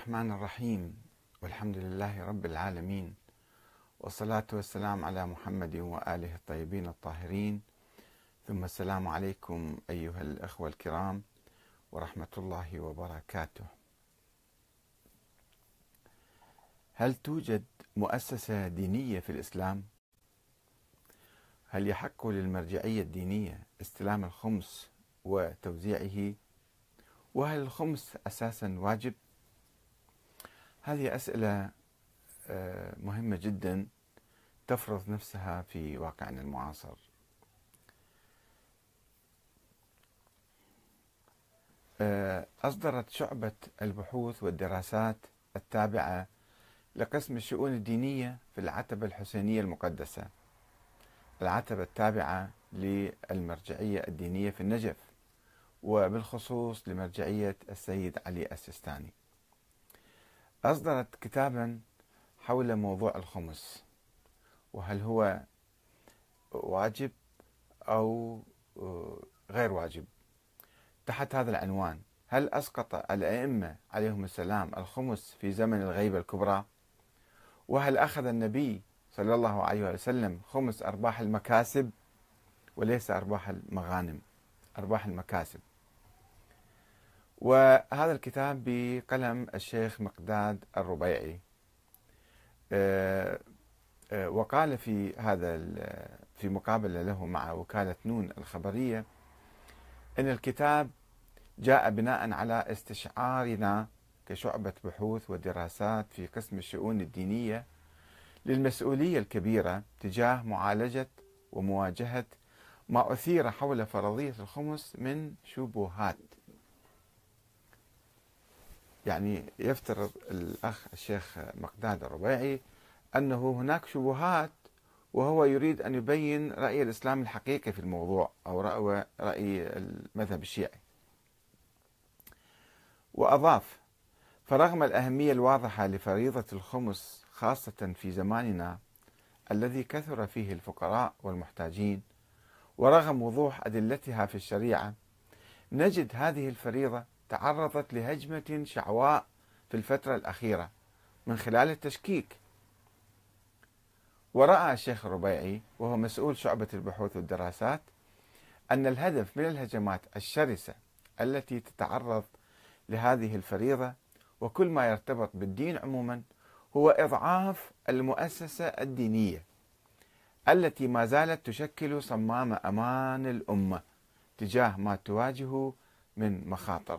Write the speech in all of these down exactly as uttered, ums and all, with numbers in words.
الرحمن الرحيم. والحمد لله رب العالمين، والصلاة والسلام على محمد وآله الطيبين الطاهرين، ثم السلام عليكم أيها الأخوة الكرام ورحمة الله وبركاته. هل توجد مؤسسة دينية في الإسلام؟ هل يحق للمرجعية الدينية استلام الخمس وتوزيعه؟ وهل الخمس أساسا واجب؟ هذه أسئلة مهمة جدا تفرض نفسها في واقعنا المعاصر. أصدرت شعبة البحوث والدراسات التابعة لقسم الشؤون الدينية في العتبة الحسينية المقدسة، العتبة التابعة للمرجعية الدينية في النجف، وبالخصوص لمرجعية السيد علي السيستاني. أصدرت كتابا حول موضوع الخمس، وهل هو واجب أو غير واجب، تحت هذا العنوان: هل أسقط الأئمة عليهم السلام الخمس في زمن الغيبة الكبرى؟ وهل أخذ النبي صلى الله عليه وسلم خمس أرباح المكاسب وليس أرباح المغانم، أرباح المكاسب؟ وهذا الكتاب بقلم الشيخ مقداد الربيعي. وقال في هذا في مقابلة له مع وكالة نون الخبرية أن الكتاب جاء بناء على استشعارنا كشعبة بحوث ودراسات في قسم الشؤون الدينية للمسؤولية الكبيرة تجاه معالجة ومواجهة ما أثير حول فرضية الخمس من شبهات. يعني يفترض الأخ الشيخ مقداد الربيعي أنه هناك شبهات، وهو يريد أن يبين رأي الإسلام الحقيقي في الموضوع، أو رأي المذهب الشيعي. وأضاف: فرغم الأهمية الواضحة لفريضة الخمس خاصة في زماننا الذي كثر فيه الفقراء والمحتاجين، ورغم وضوح أدلتها في الشريعة، نجد هذه الفريضة تعرضت لهجمة شعواء في الفترة الأخيرة من خلال التشكيك. ورأى الشيخ الربيعي وهو مسؤول شعبة البحوث والدراسات أن الهدف من الهجمات الشرسة التي تتعرض لهذه الفريضة وكل ما يرتبط بالدين عموما هو إضعاف المؤسسة الدينية التي ما زالت تشكل صمام أمان الأمة تجاه ما تواجه من مخاطر.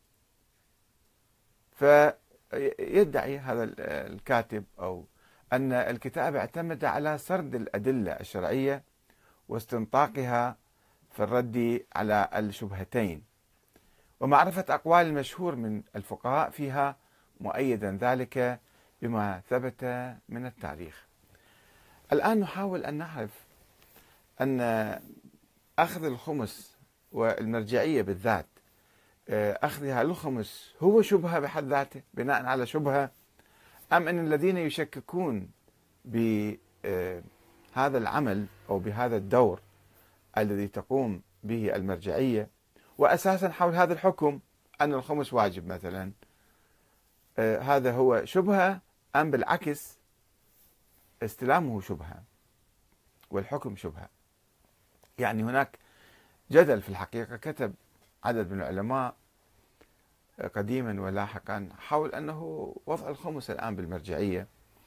فيدعي هذا الكاتب أو أن الكتاب اعتمد على سرد الأدلة الشرعية واستنطاقها في الرد على الشبهتين، ومعرفة أقوال المشهور من الفقهاء فيها، مؤيدا ذلك بما ثبت من التاريخ. الآن نحاول أن نعرف أن أخذ الخمس والمرجعية بالذات، أخذها للخمس هو شبهة بحد ذاته بناء على شبهة، أم أن الذين يشككون بهذا العمل أو بهذا الدور الذي تقوم به المرجعية، وأساسا حول هذا الحكم أن الخمس واجب مثلا، هذا هو شبهة، أم بالعكس استلامه شبهة والحكم شبهة؟ يعني هناك جدل في الحقيقة. كتب عدد من العلماء قديما ولاحقا حول أنه وضع الخمس الآن بالمرجعية،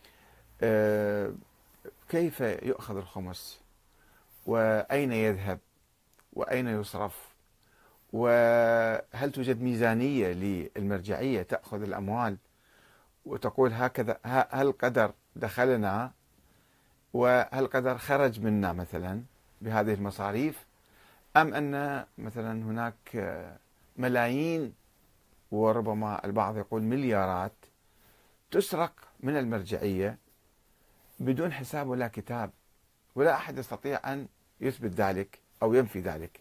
كيف يؤخذ الخمس، وأين يذهب، وأين يصرف، وهل توجد ميزانية للمرجعية تأخذ الأموال وتقول هكذا هل قدر دخلنا وهل قدر خرج منا مثلا بهذه المصاريف، أم أن مثلا هناك ملايين وربما البعض يقول مليارات تسرق من المرجعية بدون حساب ولا كتاب، ولا أحد يستطيع أن يثبت ذلك أو ينفي ذلك.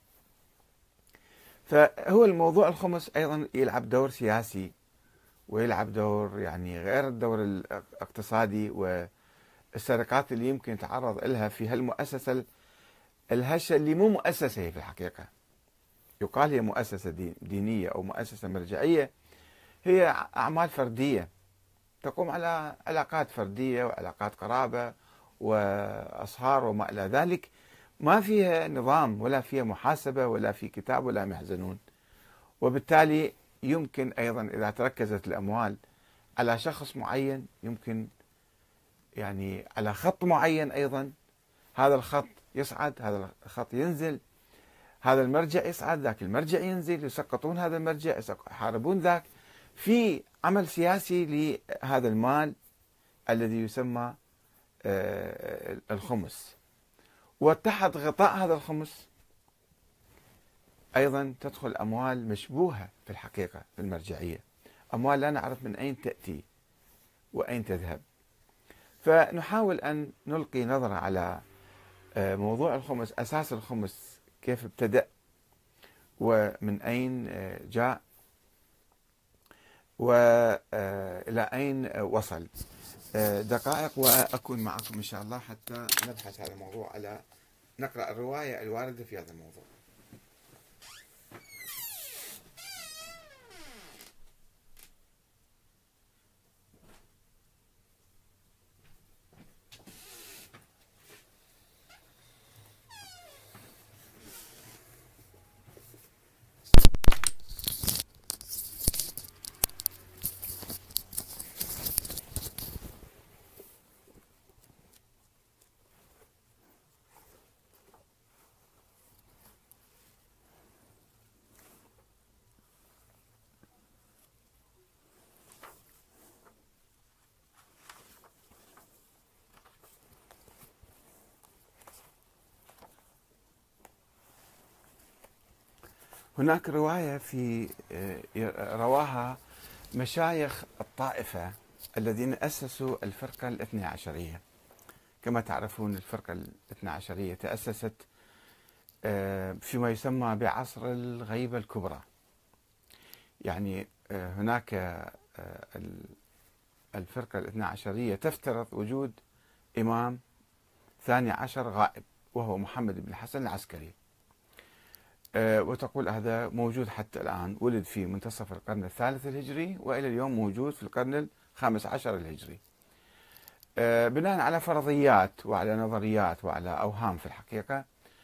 فهو الموضوع الخمس أيضا يلعب دور سياسي، ويلعب دور يعني غير الدور الاقتصادي والسرقات اللي يمكن يتعرض لها في هالمؤسسة الهشة اللي مو مؤسسة هي في الحقيقة. يقال هي مؤسسة دينية أو مؤسسة مرجعية، هي أعمال فردية تقوم على علاقات فردية وعلاقات قرابة وأصهار وما إلى ذلك، ما فيها نظام ولا فيها محاسبة ولا في كتاب ولا محزنون. وبالتالي يمكن أيضا إذا تركزت الأموال على شخص معين، يمكن يعني على خط معين أيضا، هذا الخط يصعد هذا الخط ينزل، هذا المرجع يصعد ذاك المرجع ينزل، يسقطون هذا المرجع يحاربون ذاك، في عمل سياسي لهذا المال الذي يسمى الخمس. وتحت غطاء هذا الخمس أيضا تدخل أموال مشبوهة في الحقيقة في المرجعية، أموال لا نعرف من أين تأتي وأين تذهب. فنحاول أن نلقي نظرة على موضوع الخمس، أساس الخمس كيف ابتدأ ومن أين جاء وإلى أين وصل. دقائق وأكون معكم إن شاء الله حتى نبحث هذا الموضوع، على نقرأ الرواية الواردة في هذا الموضوع. هناك رواية في رواها مشايخ الطائفة الذين أسسوا الفرقة الاثنى عشرية. كما تعرفون الفرقة الاثنى عشرية تأسست فيما يسمى بعصر الغيبة الكبرى، يعني هناك الفرقة الاثنى عشرية تفترض وجود إمام ثاني عشر غائب وهو محمد بن الحسن العسكري، وتقول هذا موجود حتى الآن، ولد في منتصف القرن الثالث الهجري وإلى اليوم موجود في القرن الخامس عشر الهجري، بناء على فرضيات وعلى نظريات وعلى أوهام في الحقيقة.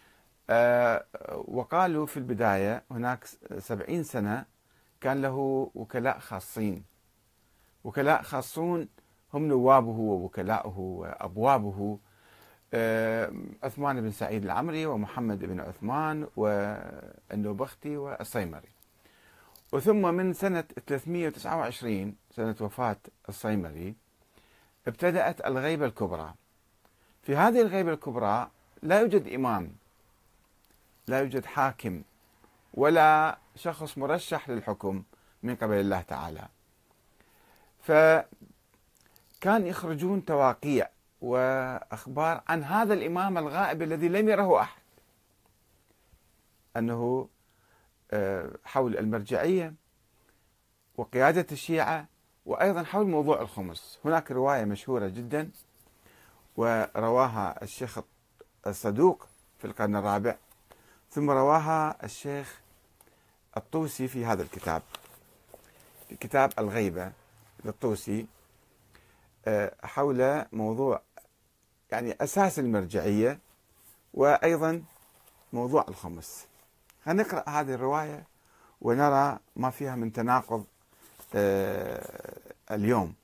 وقالوا في البداية هناك سبعين سنة كان له وكلاء خاصين، وكلاء خاصون هم نوابه ووكلاؤه وأبوابه، عثمان بن سعيد العمري ومحمد بن عثمان والنوبختي والصيمري. وثم من سنة ثلاثمئة وتسعة وعشرين سنة وفاة الصيمري ابتدأت الغيبة الكبرى. في هذه الغيبة الكبرى لا يوجد إمام، لا يوجد حاكم ولا شخص مرشح للحكم من قبل الله تعالى، فكان يخرجون تواقيع وأخبار عن هذا الإمام الغائب الذي لم يره أحد، أنه حول المرجعية وقيادة الشيعة وأيضا حول موضوع الخمس. هناك رواية مشهورة جدا ورواها الشيخ الصدوق في القرن الرابع، ثم رواها الشيخ الطوسي في هذا الكتاب، في كتاب الغيبة للطوسي، حول موضوع يعني أساس المرجعية وأيضا موضوع الخمس. هنقرأ هذه الرواية ونرى ما فيها من تناقض اليوم.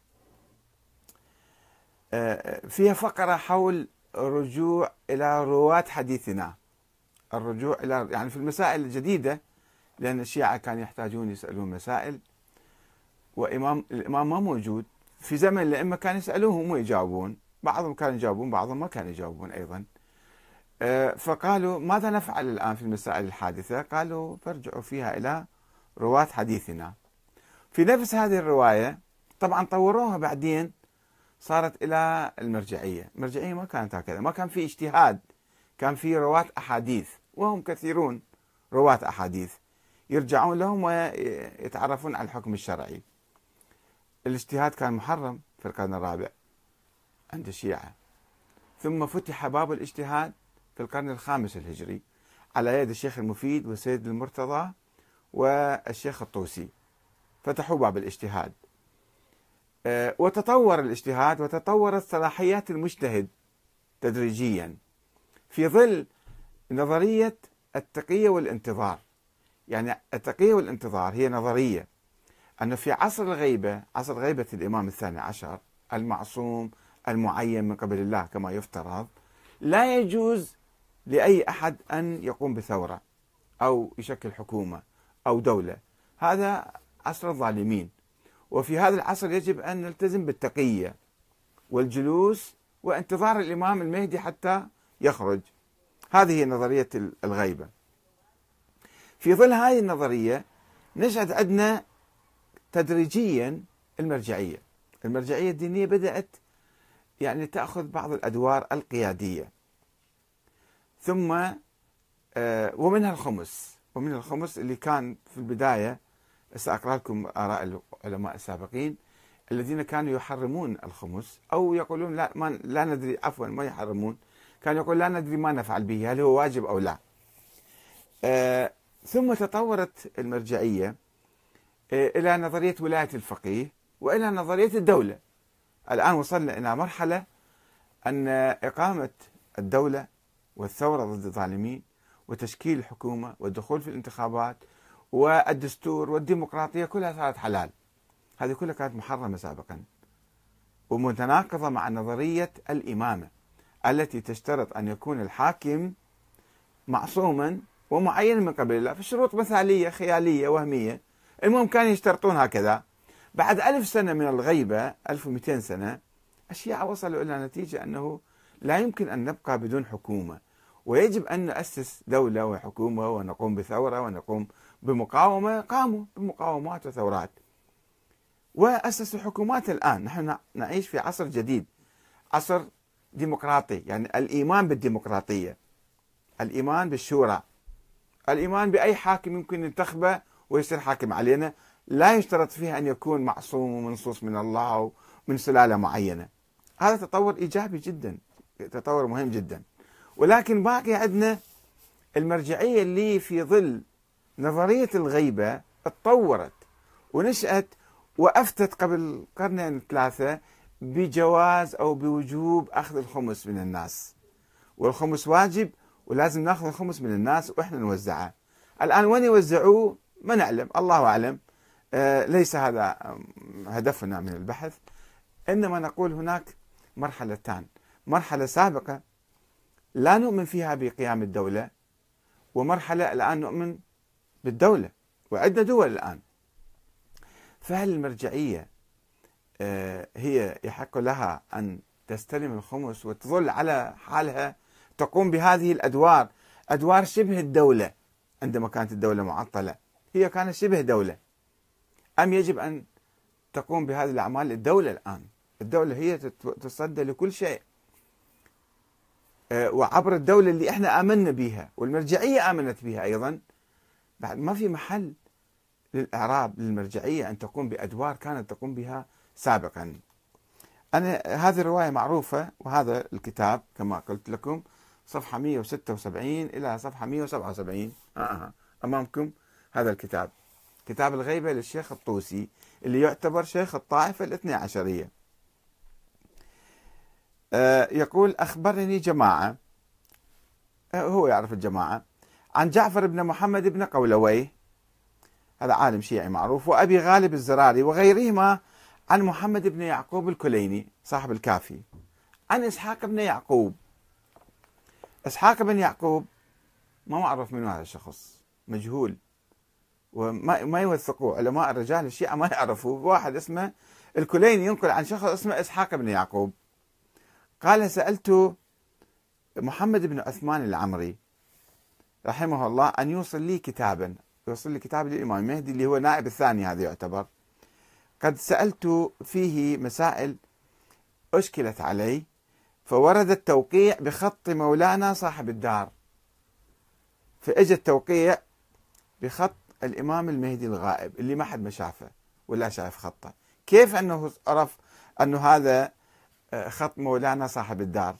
فيها فقرة حول الرجوع إلى رواة حديثنا، الرجوع إلى يعني في المسائل الجديدة، لأن الشيعة كانوا يحتاجون يسألون مسائل وإمام الإمام ما موجود. في زمن الأئمة كانوا يسألوهم ويجاوبون، بعضهم كانوا يجاوبون بعضهم ما كانوا يجاوبون أيضا. فقالوا ماذا نفعل الآن في المسائل الحادثة؟ قالوا فارجعوا فيها إلى رواة حديثنا. في نفس هذه الرواية طبعا طوروها بعدين، صارت إلى المرجعية. المرجعية ما كانت هكذا، ما كان في اجتهاد، كان في رواة أحاديث وهم كثيرون، رواة أحاديث يرجعون لهم ويتعرفون على الحكم الشرعي. الاجتهاد كان محرم في القرن الرابع عند الشيعة، ثم فتح باب الاجتهاد في القرن الخامس الهجري على يد الشيخ المفيد والسيد المرتضى والشيخ الطوسي. فتحوا باب الاجتهاد، وتطور الاجتهاد وتطورت صلاحيات المجتهد تدريجيا في ظل نظرية التقية والانتظار. يعني التقية والانتظار هي نظرية أنه في عصر الغيبة، عصر غيبة الإمام الثاني عشر المعصوم المعين من قبل الله كما يفترض، لا يجوز لأي أحد أن يقوم بثورة أو يشكل حكومة أو دولة. هذا عصر الظالمين، وفي هذا العصر يجب أن نلتزم بالتقية والجلوس وانتظار الإمام المهدي حتى يخرج. هذه هي نظرية الغيبة. في ظل هذه النظرية نشأت عندنا تدريجيا المرجعية. المرجعية الدينية بدأت يعني تأخذ بعض الأدوار القيادية، ثم ومنها الخمس ومنها الخمس اللي كان في البداية. سأقرأ لكم آراء العلماء السابقين الذين كانوا يحرمون الخمس أو يقولون لا ما لا ندري، عفوا ما يحرمون، كانوا يقول لا ندري ما نفعل به، هل هو واجب أو لا. آه ثم تطورت المرجعية آه إلى نظرية ولاية الفقيه وإلى نظرية الدولة. الآن وصلنا إلى مرحلة أن إقامة الدولة والثورة ضد الظالمين وتشكيل الحكومة والدخول في الانتخابات والدستور والديمقراطية كلها صارت حلال. هذه كلها كانت محرمة سابقا ومتناقضة مع نظرية الإمامة التي تشترط أن يكون الحاكم معصوما ومعينا من قبل الله في شروط مثالية خيالية وهمية. المهم كانوا يشترطون هكذا. بعد ألف سنة من الغيبة، ألف ومئتين سنة، الشيعة وصلوا إلى نتيجة أنه لا يمكن أن نبقى بدون حكومة، ويجب أن نؤسس دولة وحكومة ونقوم بثورة ونقوم بمقاومة. قاموا بمقاومات وثورات وأسسوا حكومات. الآن نحن نعيش في عصر جديد، عصر ديمقراطي، يعني الإيمان بالديمقراطية، الإيمان بالشورى، الإيمان بأي حاكم يمكن ينتخبه ويصير حاكم علينا، لا يشترط فيها أن يكون معصوم ومنصوص من الله ومن سلالة معينة. هذا تطور إيجابي جدا، تطور مهم جدا. ولكن باقي عندنا المرجعية اللي في ظل نظرية الغيبة اتطورت ونشأت وأفتت قبل قرنين ثلاثة بجواز أو بوجوب أخذ الخمس من الناس، والخمس واجب ولازم ناخذ الخمس من الناس وإحنا نوزعه. الآن وين يوزعوه ما نعلم، الله أعلم. آه ليس هذا هدفنا من البحث، إنما نقول هناك مرحلتان: مرحلة سابقة لا نؤمن فيها بقيام الدولة، ومرحلة الآن نؤمن بالدولة وعندنا دول الآن. فهل المرجعية هي يحق لها أن تستلم الخمس وتظل على حالها تقوم بهذه الأدوار، أدوار شبه الدولة عندما كانت الدولة معطلة؟ هي كانت شبه دولة، أم يجب أن تقوم بهذه الأعمال الدولة الآن؟ الدولة هي تصدى لكل شيء، وعبر الدولة اللي احنا آمنا بها والمرجعية آمنت بها أيضا. بعد ما في محل للإعراب للمرجعية أن تقوم بأدوار كانت تقوم بها سابقا. أنا هذه الرواية معروفة، وهذا الكتاب كما قلت لكم صفحة مئة وستة وسبعين إلى صفحة مئة وسبعة وسبعين آه. أمامكم هذا الكتاب، كتاب الغيبة للشيخ الطوسي اللي يعتبر شيخ الطائفة الاثنى عشرية. آه يقول: أخبرني جماعة، آه هو يعرف الجماعة، عن جعفر بن محمد بن قولويه، هذا عالم شيعي معروف، وأبي غالب الزراري وغيرهما، عن محمد بن يعقوب الكليني صاحب الكافي، عن إسحاق بن يعقوب. إسحاق بن يعقوب ما معروف منه هذا الشخص، مجهول، وما ما يوثقوه علماء الرجال الشيعة، ما يعرفوه. واحد اسمه الكليني ينقل عن شخص اسمه إسحاق بن يعقوب. قال: سألت محمد بن عثمان العمري رحمه الله أن يوصل لي كتابا، يوصل لي كتاب للإمام المهدي اللي هو نائب الثاني، هذا يعتبر. قد سألت فيه مسائل أشكلت علي، فورد التوقيع بخط مولانا صاحب الدار، فإجى التوقيع بخط الإمام المهدي الغائب اللي ما حد ما شافه ولا شايف خطه. كيف أنه عرف أنه هذا خط مولانا صاحب الدار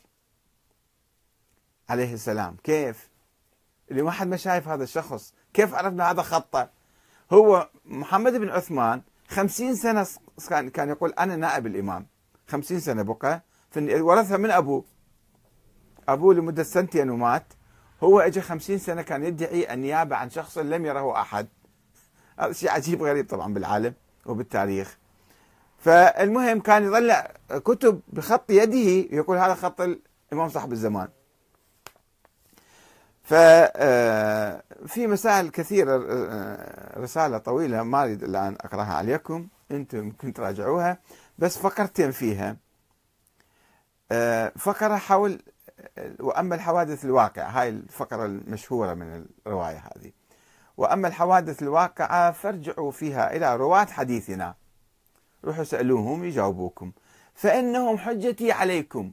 عليه السلام؟ كيف اللي ما حد ما شايف هذا الشخص، كيف عرفنا هذا خطه؟ هو محمد بن عثمان خمسين سنة كان كان يقول أنا نائب الإمام، خمسين سنة بقى، ورثها من أبوه. أبوه لمدة سنتين ومات، هو اجى خمسين سنة كان يدعي النيابة عن شخص لم يره أحد. هذا شيء عجيب غريب طبعا بالعالم وبالتاريخ. فالمهم كان يطلع كتب بخط يده يقول هذا خط الإمام صاحب الزمان. ففي مسائل كثيرة، رسالة طويلة ما أريد الآن أقرأها عليكم، أنتم ممكن تراجعوها، بس فقرتين فيها. فقرة حول وأما الحوادث الواقعة، هاي الفقرة المشهورة من الرواية هذه. وأما الحوادث الواقعة فارجعوا فيها إلى رواة حديثنا، روحوا سألوهم يجاوبوكم، فإنهم حجتي عليكم.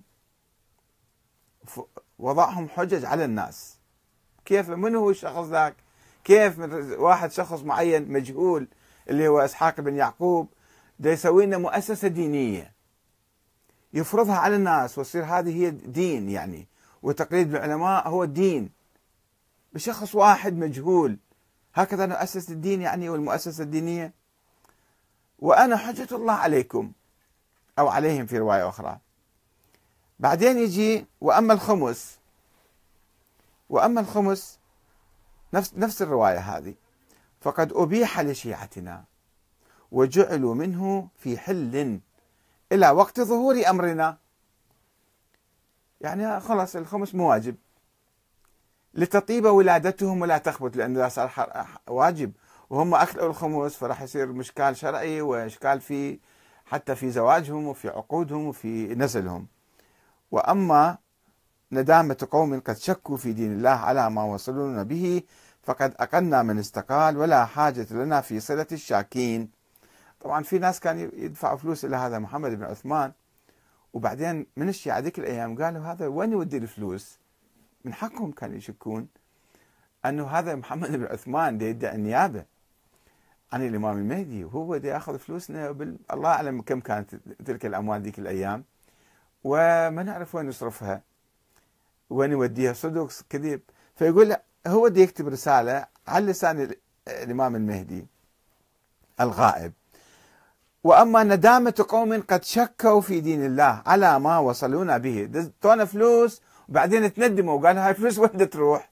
وضعهم حجج على الناس. كيف؟ من هو الشخص ذاك؟ كيف من واحد شخص معين مجهول اللي هو إسحاق بن يعقوب دا يسوي لنا مؤسسة دينية يفرضها على الناس وتصير هذه هي دين يعني، وتقليد العلماء هو الدين، بشخص واحد مجهول هكذا نؤسس الدين يعني والمؤسسة الدينية. وأنا حجة الله عليكم أو عليهم في رواية أخرى. بعدين يجي وأما الخمس، وأما الخمس نفس نفس الرواية هذه، فقد أبيح لشيعتنا وجعلوا منه في حل إلى وقت ظهور أمرنا. يعني خلاص الخمس مو واجب، لتطيب ولادتهم ولا تخبط، لأنه صار واجب وهم أكلوا الخمس، فراح يصير مشكال شرعي وإشكال في حتى في زواجهم وفي عقودهم وفي نسلهم. وأما ندامة قوم قد شكوا في دين الله على ما وصلونا به فقد أقلنا من استقال ولا حاجة لنا في صلة الشاكين. طبعا في ناس كانوا يدفعوا فلوس إلى هذا محمد بن عثمان، وبعدين من الشيعة ذيك الأيام قالوا هذا وين يودي الفلوس؟ من حقهم كانوا يشكون أنه هذا محمد بن عثمان دي يدعي النيابة عن الإمام المهدي، وهو دي يأخذ فلوسنا بال... الله أعلم كم كانت تلك الأموال ذيك الأيام، وما نعرف وين يصرفها وين يوديها، صدق كذب. فيقول هو دي يكتب رسالة على لسان الإمام المهدي الغائب. وأما ندامة قوم قد شكوا في دين الله على ما وصلونا به، تونا فلوس وبعدين تندموا وقالوا هاي فلوس وين تروح؟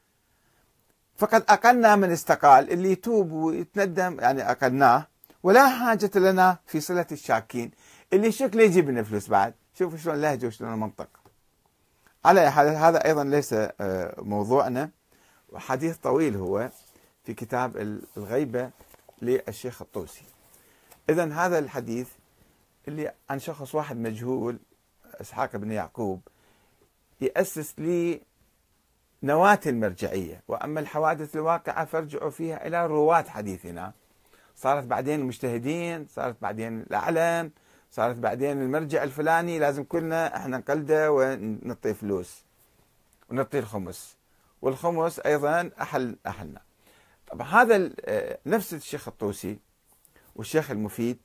فقد أقلنا من استقال، اللي يتوب ويتندم يعني أقلناه، ولا حاجة لنا في صلة الشاكين، اللي يشك ليه يجيب لنا فلوس بعد. شوفوا شلون لهجة وشلون المنطق. على حال هذا أيضا ليس موضوعنا، وحديث طويل هو في كتاب الغيبة للشيخ الطوسي. إذن هذا الحديث اللي عن شخص واحد مجهول إسحاق بن يعقوب يأسس لي نواة المرجعية. وأما الحوادث الواقعة فارجعوا فيها إلى رواة حديثنا. صارت بعدين المجتهدين، صارت بعدين الأعلم، صارت بعدين المرجع الفلاني لازم كلنا احنا نقلده ونعطيه فلوس ونعطيه الخمس، والخمس أيضا أحل أحلنا. طبعا هذا نفس الشيخ الطوسي والشيخ المفيد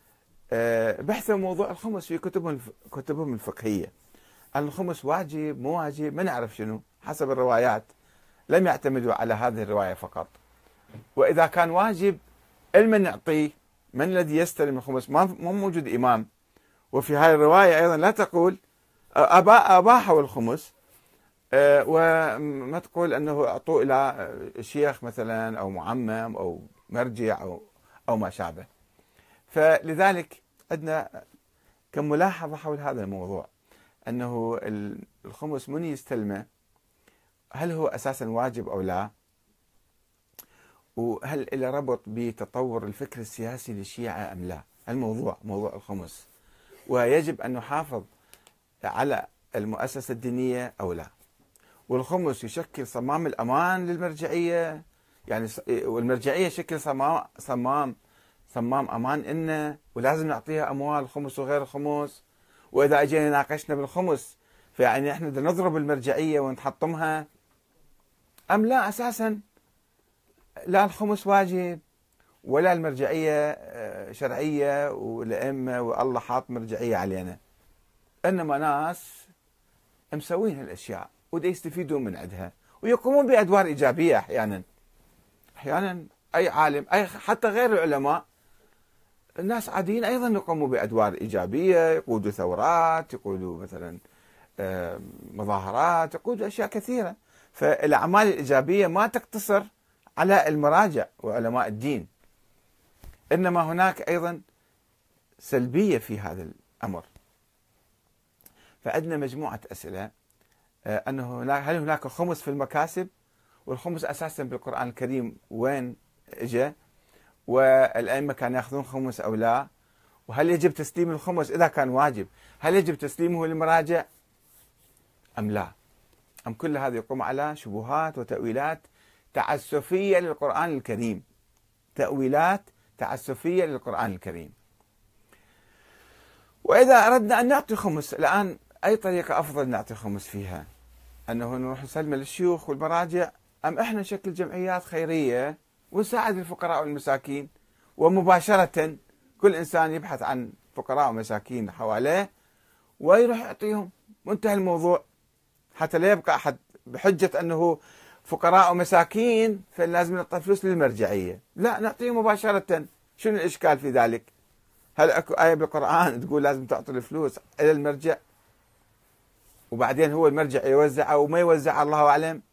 بحثوا موضوع الخمس في كتبهم كتبهم الفقهية. الخمس واجب مو واجب ما نعرف شنو حسب الروايات، لم يعتمدوا على هذه الرواية فقط. وإذا كان واجب المن نعطيه؟ من الذي يستلم الخمس؟ ما مو موجود إمام. وفي هذه الرواية أيضا لا تقول أباحوا الخمس وما تقول أنه أعطوه إلى شيخ مثلا أو معمم أو مرجع أو أو ما شابه. فلذلك عندنا كم ملاحظة حول هذا الموضوع، أنه الخمس من يستلمه، هل هو أساسا واجب أو لا؟ وهل له ربط بتطور الفكر السياسي للشيعة أم لا؟ الموضوع موضوع الخمس، ويجب أن نحافظ على المؤسسة الدينية أو لا؟ والخمس يشكل صمام الأمان للمرجعية، يعني والمرجعية شكل صمام صمام صمام أمان إلنا، ولازم نعطيها أموال خمس وغير الخمس. وإذا أجينا ناقشنا بالخمس فيعني إحنا بدنا نضرب المرجعية ونحطمها أم لا؟ أساسا لا الخمس واجب ولا المرجعية شرعية والأئمة والله حاط مرجعية علينا، إنما ناس مسوين هالأشياء ودا يستفيدون من عندها ويقومون بأدوار إيجابية أحيانا. أحيانا أي عالم أي حتى غير العلماء الناس عاديين أيضا يقوموا بأدوار إيجابية، يقودوا ثورات، يقودوا مثلا مظاهرات، يقودوا أشياء كثيرة. فالأعمال الإيجابية ما تقتصر على المراجع وعلماء الدين، إنما هناك أيضا سلبية في هذا الأمر. فعندنا مجموعة أسئلة، أنه هناك هل هناك خمس في المكاسب؟ والخمس أساسا بالقرآن الكريم وين إجا؟ والأئمة كانوا يأخذون خمس أو لا؟ وهل يجب تسليم الخمس إذا كان واجب؟ هل يجب تسليمه للمراجع أم لا؟ أم كل هذا يقوم على شبهات وتأويلات تعسفية للقرآن الكريم، تأويلات تعسفية للقرآن الكريم. وإذا أردنا أن نعطي خمس الآن، أي طريقة أفضل نعطي خمس فيها؟ أنه نروح نسلم للشيوخ والمراجع، أم إحنا نشكل جمعيات خيرية ونساعد الفقراء والمساكين، ومباشرة كل إنسان يبحث عن فقراء ومساكين حواليه ويروح يعطيهم، وانتهى الموضوع، حتى لا يبقى أحد بحجة أنه فقراء ومساكين فلازم نعطي فلوس للمرجعية. لا، نعطيهم مباشرة. شنو الإشكال في ذلك؟ هل اكو آية بالقرآن تقول لازم تعطي الفلوس إلى المرجع وبعدين هو المرجع يوزع أو ما يوزع؟ الله أعلم.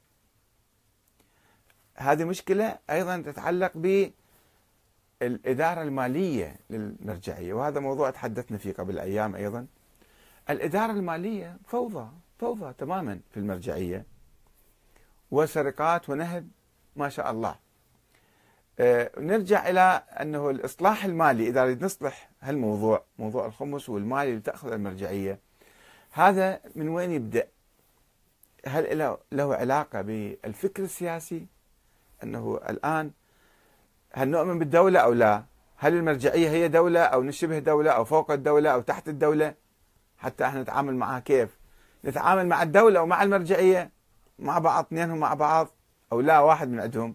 هذه مشكلة أيضا تتعلق بالإدارة المالية للمرجعية، وهذا موضوع تحدثنا فيه قبل أيام أيضا. الإدارة المالية فوضى فوضى تماما في المرجعية، وسرقات ونهب ما شاء الله. أه نرجع إلى أنه الإصلاح المالي، إذا نريد نصلح هالموضوع، موضوع الخمس والمالي اللي تأخذ المرجعية، هذا من وين يبدأ؟ هل له علاقة بالفكر السياسي؟ أنه الآن هل نؤمن بالدولة أو لا؟ هل المرجعية هي دولة أو نشبه دولة أو فوق الدولة أو تحت الدولة؟ حتى احنا نتعامل معها كيف؟ نتعامل مع الدولة ومع المرجعية مع بعض، اثنينهم مع بعض، أو لا واحد من عندهم؟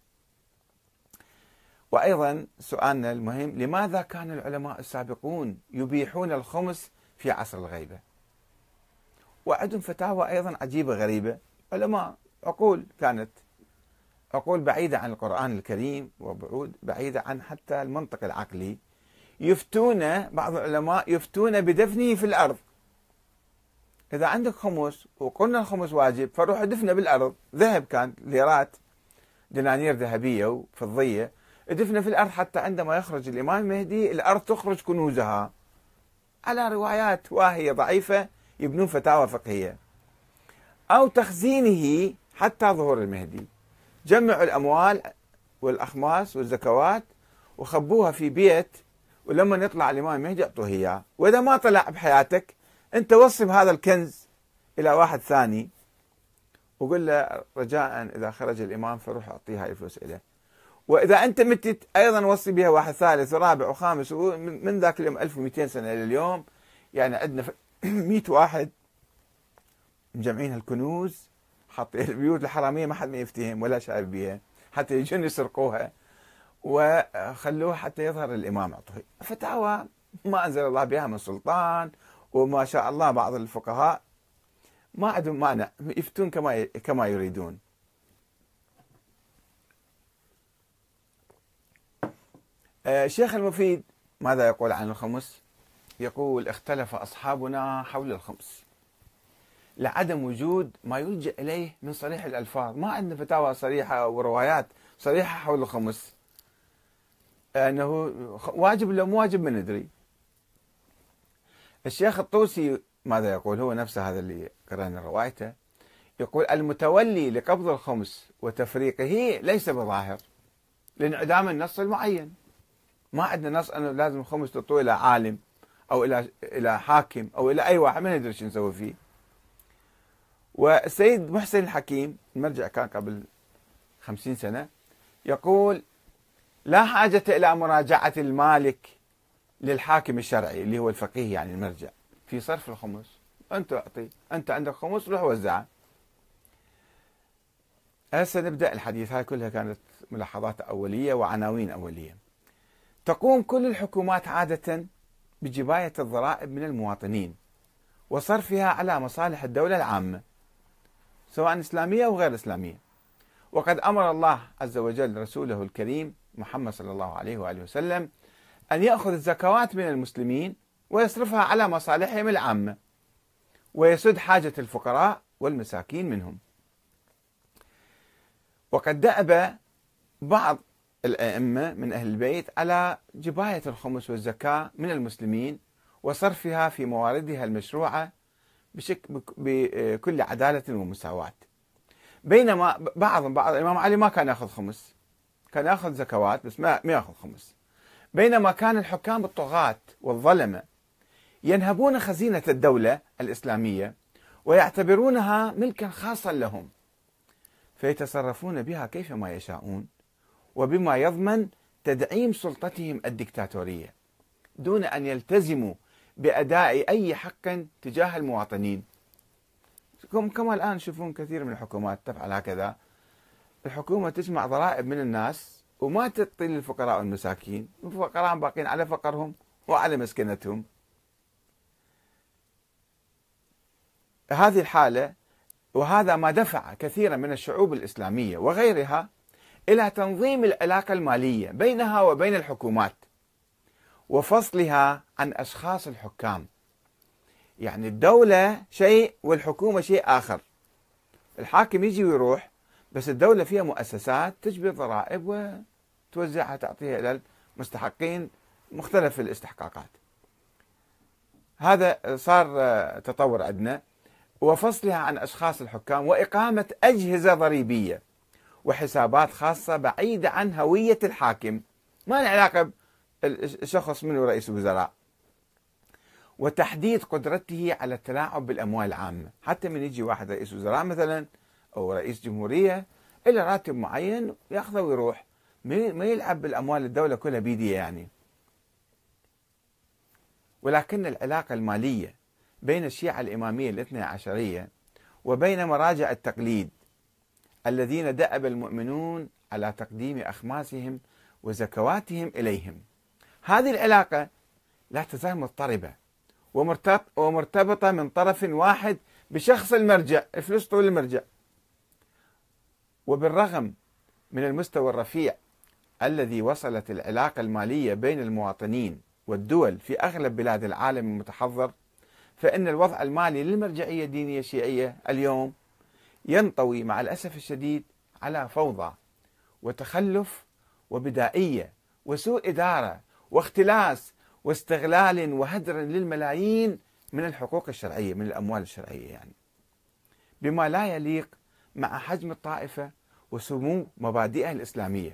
وأيضا سؤالنا المهم، لماذا كان العلماء السابقون يبيحون الخمس في عصر الغيبة؟ وعندهم فتاوى أيضا عجيبة غريبة. علماء عقول، كانت عقول بعيدة عن القرآن الكريم وبعود بعيدة عن حتى المنطق العقلي، يفتون، بعض العلماء يفتون بدفنه في الأرض. إذا عندك خمس وقلنا الخمس واجب، فروح دفنه بالأرض، ذهب كان، ليرات، دنانير ذهبية وفضية، دفنه في الأرض حتى عندما يخرج الإمام المهدي الأرض تخرج كنوزها. على روايات واهية ضعيفة يبنون فتاوى فقهية. أو تخزينه حتى ظهور المهدي، جمعوا الأموال والأخماس والزكوات وخبوها في بيت، ولما يطلع الإمام المهدي يعطوه إياه. وإذا ما طلع بحياتك أنت وصف هذا الكنز إلى واحد ثاني وقل له رجاء إذا خرج الإمام فروح أعطيه هاي الفلوس إليه. وإذا أنت متت أيضا وصي بها واحد ثالث ورابع وخامس، من ذاك اليوم ألف ومئتين سنة إلى اليوم، يعني عندنا مئة واحد مجمعين الكنوز، حاطين البيوت الحرامية ما حد ما يفتهم ولا شايف بيها، حتى يجون يسرقوها وخلوه حتى يظهر الإمام عطوه. فتاوى ما أنزل الله بها من سلطان، وما شاء الله بعض الفقهاء ما عندهم مانع يفتون كما كما يريدون. الشيخ المفيد ماذا يقول عن الخمس؟ يقول: اختلف أصحابنا حول الخمس لعدم وجود ما يلجأ إليه من صريح الألفاظ. ما عندنا فتاوى صريحة وروايات صريحة حول الخمس، أنه واجب ولا مو واجب ما ندري. الشيخ الطوسي ماذا يقول؟ هو نفسه هذا اللي قرأنا روايته، يقول: المتولي لقبض الخمس وتفريقه ليس بظاهر لانعدام النص المعين. ما عندنا نص أنه لازم الخمس تعطوه إلى عالم أو إلى إلى حاكم أو إلى أي واحد، ما ندري شو نسوي فيه. والسيد محسن الحكيم، المرجع كان قبل خمسين سنة، يقول: لا حاجة إلى مراجعة المالك للحاكم الشرعي اللي هو الفقيه يعني المرجع في صرف الخمس. أنت أعطي، أنت عندك خمس روح وزعه. هسه نبدأ الحديث. هاي كلها كانت ملاحظات أولية وعناوين أولية. تقوم كل الحكومات عادة بجباية الضرائب من المواطنين وصرفها على مصالح الدولة العامة سواء إسلامية أو غير إسلامية. وقد أمر الله عز وجل رسوله الكريم محمد صلى الله عليه وآله وسلم أن يأخذ الزكوات من المسلمين ويصرفها على مصالحهم العامة ويسد حاجة الفقراء والمساكين منهم. وقد دأب بعض الأئمة من أهل البيت على جباية الخمس والزكاة من المسلمين وصرفها في مواردها المشروعة بكل عدالة ومساواة. بينما بعض بعض الإمام علي ما كان يأخذ خمس، كان يأخذ زكوات بس ما ما يأخذ خمس. بينما كان الحكام الطغاة والظلمة ينهبون خزينة الدولة الإسلامية ويعتبرونها ملكا خاصا لهم، فيتصرفون بها كيفما يشاءون وبما يضمن تدعيم سلطتهم الدكتاتورية دون أن يلتزموا بأداء أي حق تجاه المواطنين. كما الآن تشوفون كثير من الحكومات تفعل هكذا، الحكومة تجمع ضرائب من الناس وما تعطي للفقراء والمساكين، الفقراء باقين على فقرهم وعلى مسكنتهم. هذه الحالة وهذا ما دفع كثيرا من الشعوب الإسلامية وغيرها إلى تنظيم العلاقة المالية بينها وبين الحكومات وفصلها عن أشخاص الحكام. يعني الدولة شيء والحكومة شيء آخر. الحاكم يجي ويروح، بس الدولة فيها مؤسسات تجبر ضرائب وتوزعها تعطيها إلى المستحقين مختلف الاستحقاقات. هذا صار تطور عندنا، وفصلها عن أشخاص الحكام وإقامة أجهزة ضريبية وحسابات خاصة بعيدة عن هوية الحاكم، ما له علاقة بالشخص منه رئيس الوزراء، وتحديد قدرته على التلاعب بالأموال العامة. حتى من يجي واحد رئيس وزراء مثلا أو رئيس جمهورية إلى راتب معين ياخذه ويروح، ما يلعب بالأموال الدولة كلها بيديه يعني. ولكن العلاقة المالية بين الشيعة الإمامية الاثنى عشرية وبين مراجع التقليد الذين دأب المؤمنون على تقديم أخماسهم وزكواتهم إليهم، هذه العلاقة لا تزال مضطربة ومرتبطة من طرف واحد بشخص المرجع، الفلوس طول المرجع. وبالرغم من المستوى الرفيع الذي وصلت العلاقة المالية بين المواطنين والدول في أغلب بلاد العالم المتحضر، فإن الوضع المالي للمرجعية الدينية الشيعية اليوم ينطوي مع الأسف الشديد على فوضى وتخلف وبدائية وسوء إدارة واختلاس واستغلال وهدر للملايين من الحقوق الشرعية، من الأموال الشرعية يعني، بما لا يليق مع حجم الطائفة وسمو مبادئها الإسلامية.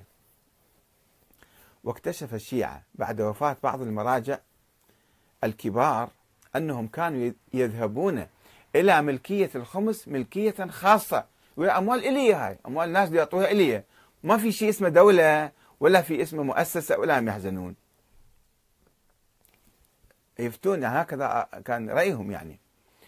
واكتشف الشيعة بعد وفاة بعض المراجع الكبار أنهم كانوا يذهبون إلى ملكية الخمس ملكية خاصة، والأموال إلي، هاي أموال الناس اللي يعطوها إلي، ما في شيء اسمه دولة ولا في اسمه مؤسسة ولا هم يحزنون، يفتون يعني هكذا كان رأيهم يعني.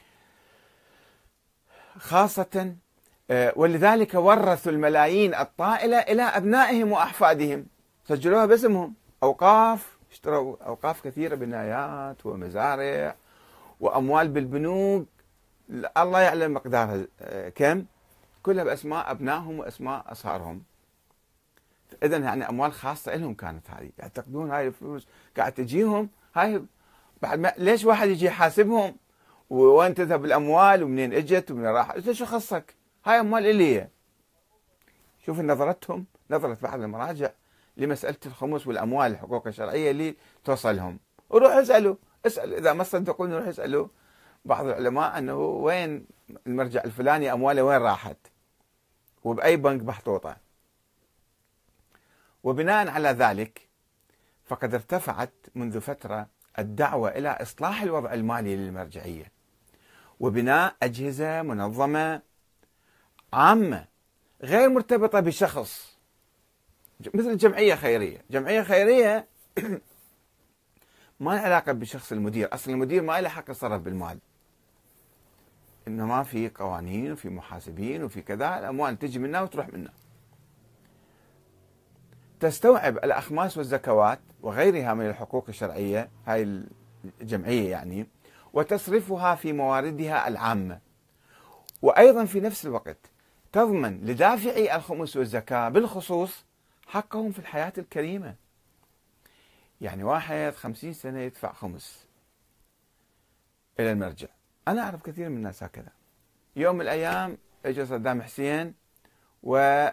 خاصة ولذلك ورثوا الملايين الطائلة إلى أبنائهم وأحفادهم، سجلوها باسمهم، أوقاف، اشتروا أوقاف كثيرة، بنايات ومزارع وأموال بالبنوك الله يعلم مقدارها كم، كلها بأسماء أبنائهم وأسماء أصهارهم. إذا يعني أموال خاصة لهم كانت هذه، يعتقدون هاي الفلوس قاعد تجيهم، هاي بعد ما ليش واحد يجي يحاسبهم وين تذهب الأموال ومنين إجت ومنين راحت؟ أنت شو خصك؟ هاي أموال إلي. شوف نظرتهم، نظرة بعض المراجع لمسألة الخمس والأموال الحقوق الشرعية اللي توصلهم. وروح اسألوا، اسأل إذا ما صدقوني روح اسألوا بعض العلماء أنه وين المرجع الفلاني أمواله وين راحت وبأي بنك محطوطة. وبناء على ذلك فقد ارتفعت منذ فترة الدعوة إلى إصلاح الوضع المالي للمرجعية وبناء أجهزة منظمة عامة غير مرتبطة بشخص، مثل جمعية خيرية. جمعية خيرية ما له علاقة بشخص المدير، أصل المدير ما له حق يتصرف بالمال، إنما في قوانين وفي محاسبين وفي كذا، الأموال تجي منا وتروح منا. تستوعب الأخماس والزكوات وغيرها من الحقوق الشرعية هاي الجمعية يعني، وتصرفها في مواردها العامة، وأيضا في نفس الوقت تضمن لدافعي الخمس والزكاة بالخصوص حقهم في الحياة الكريمة. يعني واحد خمسين سنة يدفع خمس إلى المرجع. أنا أعرف كثير من الناس هكذا. يوم من الأيام اجى صدام حسين وأخذ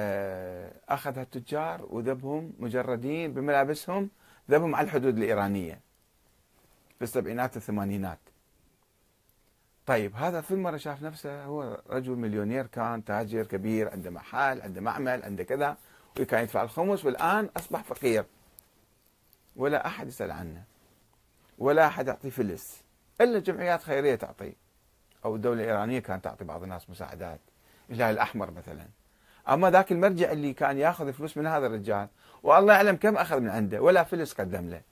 التجار وذبهم مجردين بملابسهم، ذبهم على الحدود الإيرانية في السبعينات والثمانينات. طيب هذا في المرة شاف نفسه هو رجل مليونير، كان تاجر كبير، عنده محل، عنده معمل، عنده كذا، وكان يدفع الخمس، والآن أصبح فقير ولا أحد يسأل عنه ولا أحد يعطيه فلس إلا جمعيات خيرية تعطي، أو الدولة الإيرانية كانت تعطي بعض الناس مساعدات، الهلال الأحمر مثلا. أما ذاك المرجع اللي كان ياخذ فلوس من هذا الرجال والله يعلم كم أخذ من عنده ولا فلس قدم له.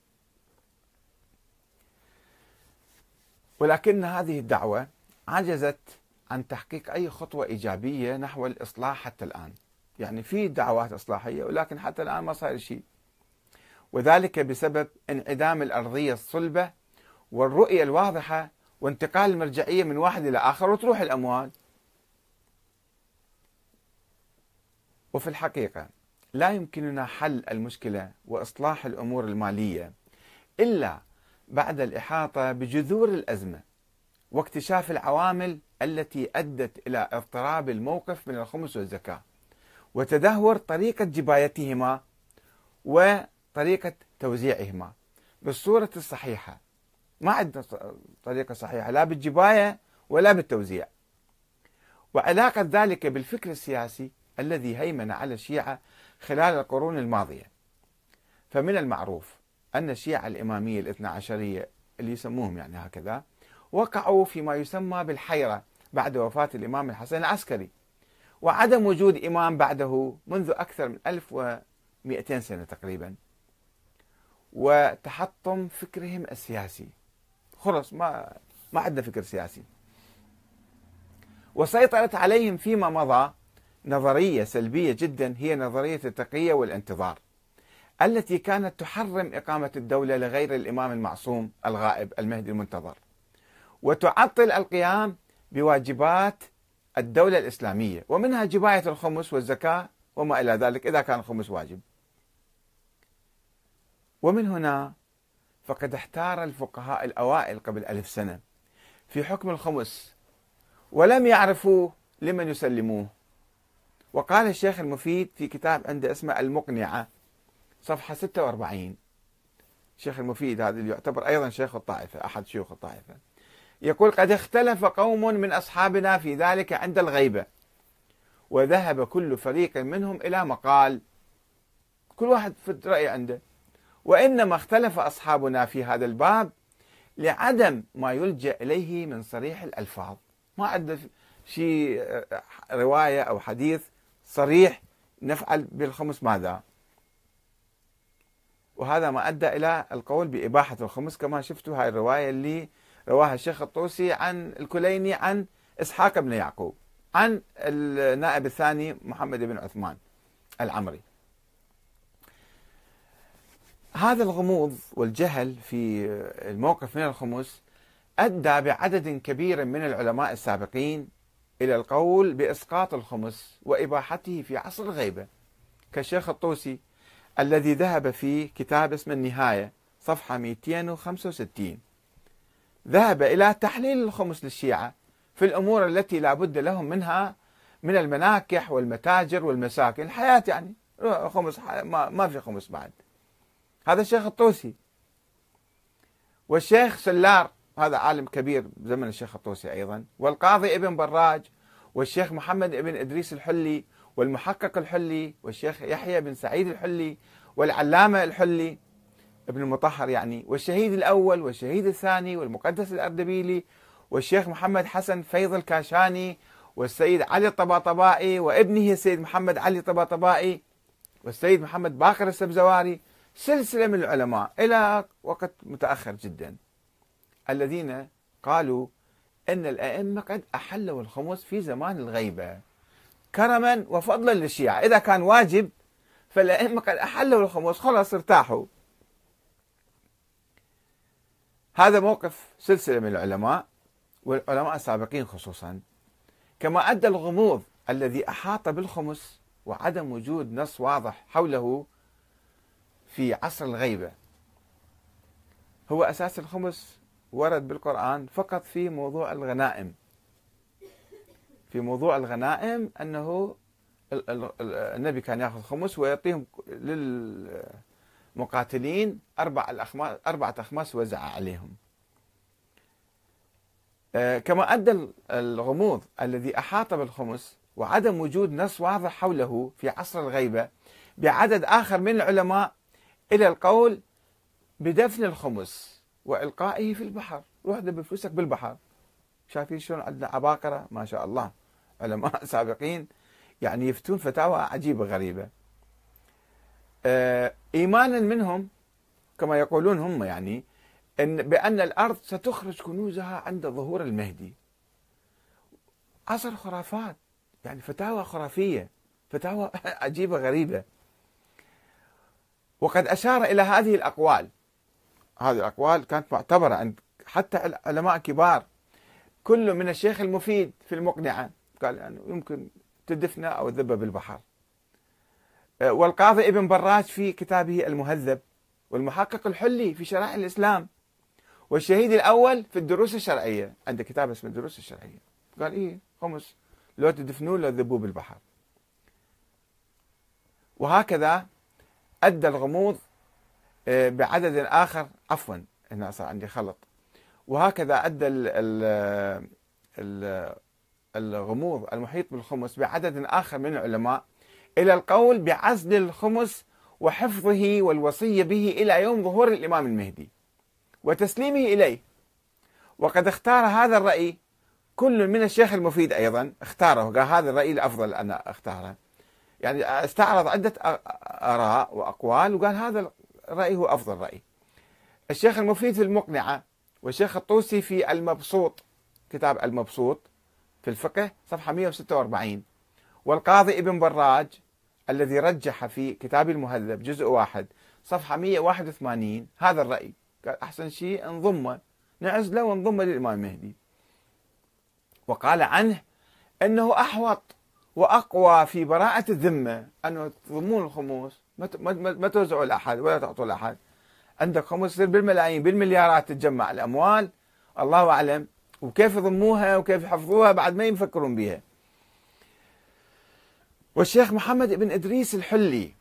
ولكن هذه الدعوة عجزت عن تحقيق أي خطوة إيجابية نحو الإصلاح حتى الآن. يعني في دعوات إصلاحية ولكن حتى الآن ما صار شيء، وذلك بسبب انعدام الأرضية الصلبة والرؤية الواضحة وانتقال المرجعية من واحد إلى آخر وتروح الأموال. وفي الحقيقة لا يمكننا حل المشكلة وإصلاح الأمور المالية إلا بعد الإحاطة بجذور الأزمة واكتشاف العوامل التي أدت إلى اضطراب الموقف من الخمس والزكاة وتدهور طريقة جبايتهما وطريقة توزيعهما بالصورة الصحيحة. ما عندنا طريقة صحيحة لا بالجباية ولا بالتوزيع. وعلاقة ذلك بالفكر السياسي الذي هيمن على الشيعة خلال القرون الماضية. فمن المعروف أن الشيعة الإمامية الاثنى عشرية اللي يسموهم يعني هكذا وقعوا فيما يسمى بالحيرة بعد وفاة الإمام الحسن العسكري وعدم وجود إمام بعده منذ أكثر من ألف ومئتين سنة تقريبا، وتحطم فكرهم السياسي. خلص ما ما عندنا فكر سياسي. وسيطرت عليهم فيما مضى نظرية سلبية جدا هي نظرية التقية والانتظار التي كانت تحرم إقامة الدولة لغير الإمام المعصوم الغائب المهدي المنتظر، وتعطل القيام بواجبات الدولة الإسلامية ومنها جباية الخمس والزكاة وما إلى ذلك إذا كان الخمس واجب. ومن هنا فقد احتار الفقهاء الأوائل قبل ألف سنة في حكم الخمس ولم يعرفوا لمن يسلموه. وقال الشيخ المفيد في كتاب عنده اسمه المقنعة صفحة ستة وأربعين، الشيخ المفيد هذا اللي يعتبر أيضا شيخ الطائفة أحد شيوخ الطائفة، يقول: قد اختلف قوم من أصحابنا في ذلك عند الغيبة وذهب كل فريق منهم إلى مقال، كل واحد في رأي عنده، وإنما اختلف أصحابنا في هذا الباب لعدم ما يلجأ إليه من صريح الألفاظ. ما عندنا شيء رواية أو حديث صريح نفعل بالخمس ماذا، وهذا ما أدى إلى القول بإباحة الخمس كما شفتوا هاي الرواية اللي رواها الشيخ الطوسي عن الكليني عن إسحاق بن يعقوب عن النائب الثاني محمد بن عثمان العمري. هذا الغموض والجهل في الموقف من الخمس أدى بعدد كبير من العلماء السابقين إلى القول بإسقاط الخمس وإباحته في عصر الغيبة، كالشيخ الطوسي الذي ذهب في كتاب اسمه النهاية صفحة مئتين وخمسة وستين، ذهب إلى تحليل الخمس للشيعة في الأمور التي لا بد لهم منها من المناكح والمتاجر والمساكن الحياة، يعني خمس ما في خمس بعد. هذا الشيخ الطوسي. والشيخ سلار هذا عالم كبير زمن الشيخ الطوسي أيضا، والقاضي ابن براج، والشيخ محمد ابن إدريس الحلي، والمحقق الحلي، والشيخ يحيى بن سعيد الحلي، والعلامة الحلي ابن المطهر يعني، والشهيد الأول والشهيد الثاني، والمقدس الأردبيلي، والشيخ محمد حسن فيض الكاشاني، والسيد علي الطباطبائي وابنه السيد محمد علي الطباطبائي، والسيد محمد باقر السبزواري، سلسلة من العلماء إلى وقت متأخر جدا الذين قالوا أن الأئمة قد أحلوا الخمس في زمان الغيبة كرما وفضلا للشيعة. إذا كان واجب فالأئمة قد أحلوا الخمس، خلاص ارتاحوا. هذا موقف سلسلة من العلماء والعلماء السابقين خصوصا، كما أدى الغموض الذي أحاط بالخمس وعدم وجود نص واضح حوله في عصر الغيبة. هو أساس الخمس ورد بالقرآن فقط في موضوع الغنائم. في موضوع الغنائم أنه النبي كان يأخذ خمس ويعطيهم للمقاتلين أربع الأخماس أربعة أخماس وزع عليهم. كما أدى الغموض الذي أحاط بالخمس وعدم وجود نص واضح حوله في عصر الغيبة بعدد آخر من العلماء إلى القول بدفن الخمس وإلقائه في البحر. روح دب فلوسك بالبحر. شايفين شلون عندنا عباقرة ما شاء الله، علماء سابقين يعني يفتون فتاوى عجيبة غريبة. إيمانا منهم كما يقولون هم يعني إن بأن الأرض ستخرج كنوزها عند ظهور المهدي. عصر خرافات، يعني فتاوى خرافية، فتاوى عجيبة غريبة. وقد أشار إلى هذه الأقوال، هذه الأقوال كانت معتبرة عند حتى علماء كبار، كل من الشيخ المفيد في المقنعة قال يعني يمكن تدفنه أو الذبة بالبحر، والقاضي ابن براج في كتابه المهذب، والمحقق الحلي في شرائع الإسلام، والشهيد الأول في الدروس الشرعية، عنده كتاب اسمه الدروس الشرعية، قال إيه خمس لو تدفنوه لو تذبوه بالبحر. وهكذا أدى الغموض بعدد آخر، عفوا هنا صار عندي خلط، وهكذا أدى ال ال الغموض المحيط بالخمس بعدد آخر من العلماء إلى القول بعزل الخمس وحفظه والوصية به إلى يوم ظهور الإمام المهدي وتسليمه إليه. وقد اختار هذا الرأي كل من الشيخ المفيد أيضا، اختاره قال هذا الرأي الأفضل أنا اختاره، يعني استعرض عدة آراء وأقوال وقال هذا الرأي هو أفضل رأي. الشيخ المفيد في المقنعة، والشيخ الطوسي في المبسوط، كتاب المبسوط في الفقه صفحة مئة وستة وأربعين، والقاضي ابن براج الذي رجح في كتاب المهذب جزء واحد صفحة مئة وواحد وثمانين هذا الرأي، قال أحسن شيء انضمه نعزله ونضمه للإمام المهدي. وقال عنه أنه أحوط وأقوى في براءة الذمة، أنه تضمون الخمس ما توزعوا لأحد ولا تعطوا لأحد، عندك خمس يصير بالملايين بالمليارات تتجمع الأموال الله أعلم، وكيف يضموها وكيف يحفظوها بعد ما يفكرون بها. والشيخ محمد بن إدريس الحلي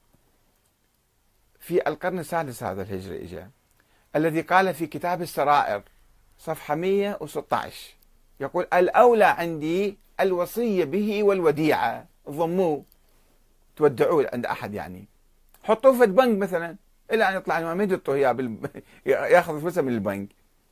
في القرن السادس هذا الهجري إجا، الذي قال في كتاب السرائر صفحة مئة وستة عشر يقول الأولى عندي الوصية به والوديعة، ضموه تودعوه عند أحد، يعني حطوه في البنك مثلا إلى أن يطلع الإمام يدطوا إياه بال... ياخذ فلوسه من البنك.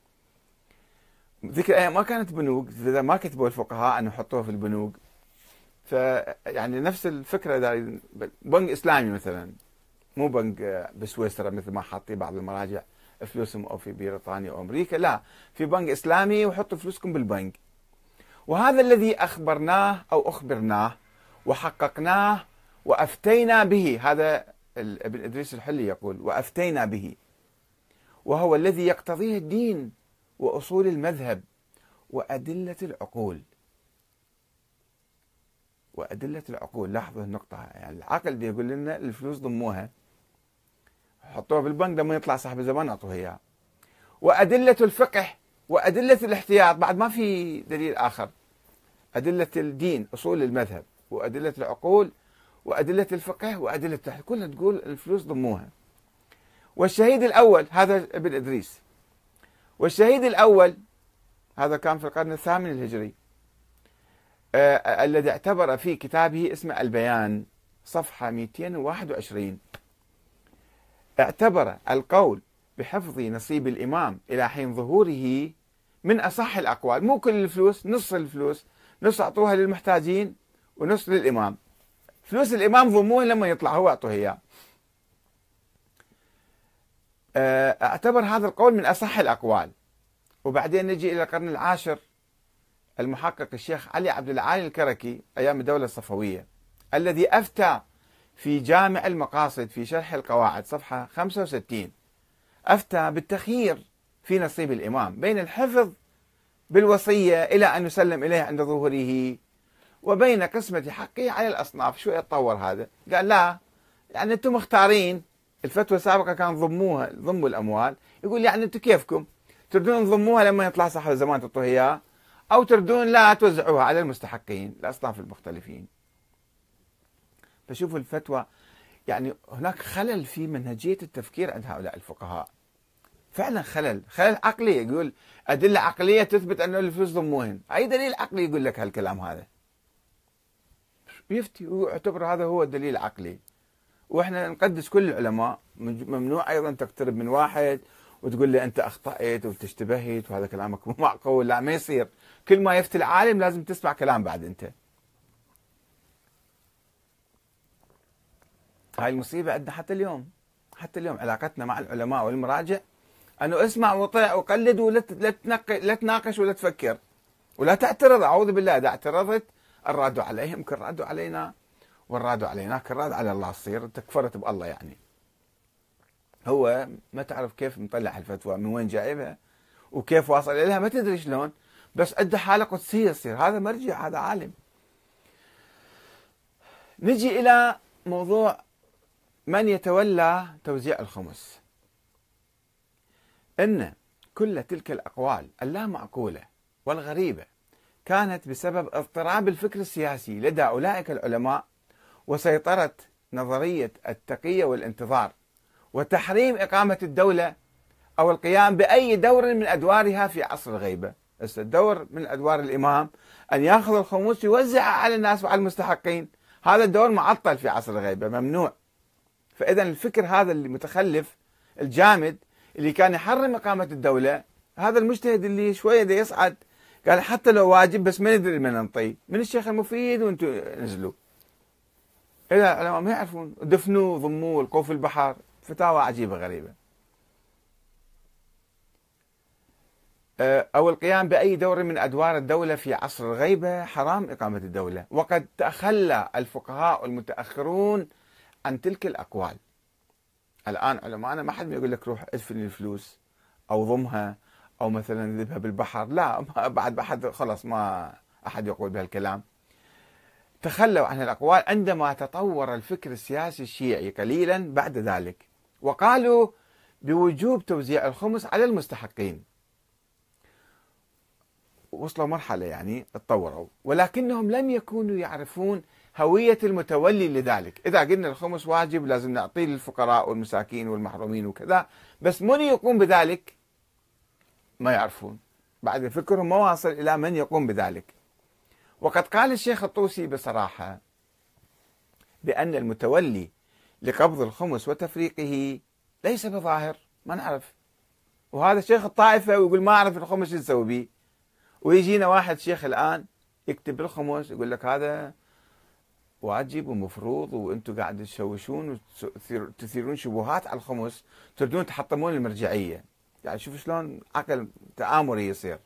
ذيك الأيام ما كانت بنوك، إذا ما كتبوا الفقهاء أن يحطوه في البنوك، فيعني نفس الفكرة داري بنك إسلامي مثلا، مو بنك بسويسرا مثل ما حاطين بعض المراجع فلوسهم أو في بريطانيا أو أمريكا، لا في بنك إسلامي وحطوا فلوسكم بالبنك. وهذا الذي أخبرناه أو أخبرناه وحققناه وأفتينا به، هذا ابن إدريس الحلي يقول وأفتينا به، وهو الذي يقتضيه الدين وأصول المذهب وأدلة العقول. وأدلة العقول، لاحظوا النقطة، يعني العقل دي يقول لنا الفلوس ضموها حطوها بالبنك لما يطلع صاحب الزمان أعطوه إياه. وأدلة الفقه وأدلة الاحتياط، بعد ما في دليل آخر، أدلة الدين أصول المذهب وأدلة العقول وأدلة الفقه وأدلة التحليل، كلها تقول الفلوس ضموها. والشهيد الأول هذا ابن إدريس، والشهيد الأول هذا كان في القرن الثامن الهجري، آه الذي اعتبر في كتابه اسمه البيان صفحة مئتين وواحد وعشرين، اعتبر القول بحفظ نصيب الإمام إلى حين ظهوره من أصح الأقوال. مو كل الفلوس، نص الفلوس، نص أعطوها للمحتاجين ونص للإمام، فلوس الإمام ضموه لما يطلع هو أعطوه إياه. اعتبر هذا القول من أصح الأقوال. وبعدين نجي إلى القرن العاشر، المحقق الشيخ علي عبد العالي الكركي أيام الدولة الصفوية، الذي أفتى في جامع المقاصد في شرح القواعد صفحة خمسة وستين، أفتى بالتخيير في نصيب الإمام بين الحفظ بالوصية إلى أن يسلم إليه عند ظهوره، وبين قسمة حقه على الأصناف. شوية تطور هذا، قال لا يعني أنتم مختارين الفتوى السابقة كان ضموها، ضموا الأموال. يقول يعني أنتم كيفكم، تردون تضموها لما يطلع صاحب الزمان تعطوه إياه، أو تردون لا توزعوها على المستحقين الأصناف المختلفين. فشوفوا الفتوى، يعني هناك خلل في منهجية التفكير عند هؤلاء الفقهاء، فعلا خلل، خلل عقلي. يقول أدلة عقلية تثبت أن الفلوس ضموهن، أي دليل عقلي يقول لك هالكلام هذا؟ يفتي ويعتبر هذا هو الدليل العقلي. واحنا نقدس كل العلماء، ممنوع ايضا تقترب من واحد وتقول له انت اخطأت وتشتبهت وهذا كلامك مو معقول، لا ما يصير. كل ما يفتي العالم لازم تسمع كلام بعد انت. هاي المصيبة عندنا حتى اليوم، حتى اليوم علاقتنا مع العلماء والمراجع انه اسمع وطيع وقلد، ولا لا تناقش ولا تفكر ولا تعترض. اعوذ بالله، اذا اعترضت الراد عليهم كالراد علينا والراد علينا كالراد على الله، تصير انت كفرت بالله. يعني هو ما تعرف كيف مطلع الفتوى، من وين جايبها وكيف واصل اليها، ما تدري شلون، بس عنده حالة قدسية تصير هذا مرجع، هذا عالم. نجي إلى موضوع من يتولى توزيع الخمس. إن كل تلك الأقوال اللامعقولة والغريبة كانت بسبب اضطراب الفكر السياسي لدى أولئك العلماء، وسيطرة نظرية التقية والانتظار، وتحريم إقامة الدولة أو القيام بأي دور من أدوارها في عصر الغيبة. الدور من أدوار الإمام أن يأخذ الخمس يوزعها على الناس وعلى المستحقين، هذا الدور معطل في عصر الغيبة، ممنوع. فإذا الفكر هذا اللي متخلف الجامد اللي كان يحرم إقامة الدولة، هذا المجتهد اللي شوية دا يصعد قال حتى لو واجب بس ما ندري من ننطي، من الشيخ المفيد وانتم نزلوا. إذا العلماء ما يعرفون، دفنوا ضموه القوا في البحر، فتاوى عجيبة غريبة. أو القيام بأي دور من أدوار الدولة في عصر الغيبة، حرام إقامة الدولة. وقد تخلى الفقهاء المتأخرون عن تلك الأقوال. الآن علماءنا ما حد يقول لك روح ادفن الفلوس أو ضمها أو مثلا ذبها بالبحر، لا، بعد أحد خلص ما أحد يقول بهالكلام. تخلوا عن الأقوال عندما تطور الفكر السياسي الشيعي قليلا بعد ذلك، وقالوا بوجوب توزيع الخمس على المستحقين. وصلوا مرحلة يعني اتطوروا، ولكنهم لم يكونوا يعرفون هوية المتولي لذلك. إذا قلنا الخمس واجب لازم نعطيه للفقراء والمساكين والمحرومين وكذا، بس من يقوم بذلك ما يعرفون، بعد فكرهم ما واصل إلى من يقوم بذلك. وقد قال الشيخ الطوسي بصراحة بأن المتولي لقبض الخمس وتفريقه ليس بظاهر، ما نعرف. وهذا شيخ الطائفة ويقول ما أعرف الخمس شو نسوي به، ويجينا واحد شيخ الآن يكتب الخمس يقول لك هذا واجب ومفروض، وانتم قاعد تشوشون وتثيرون شبهات على الخمس، تريدون تحطمون المرجعية. يعني شوف شلون عقل تآمري يصير.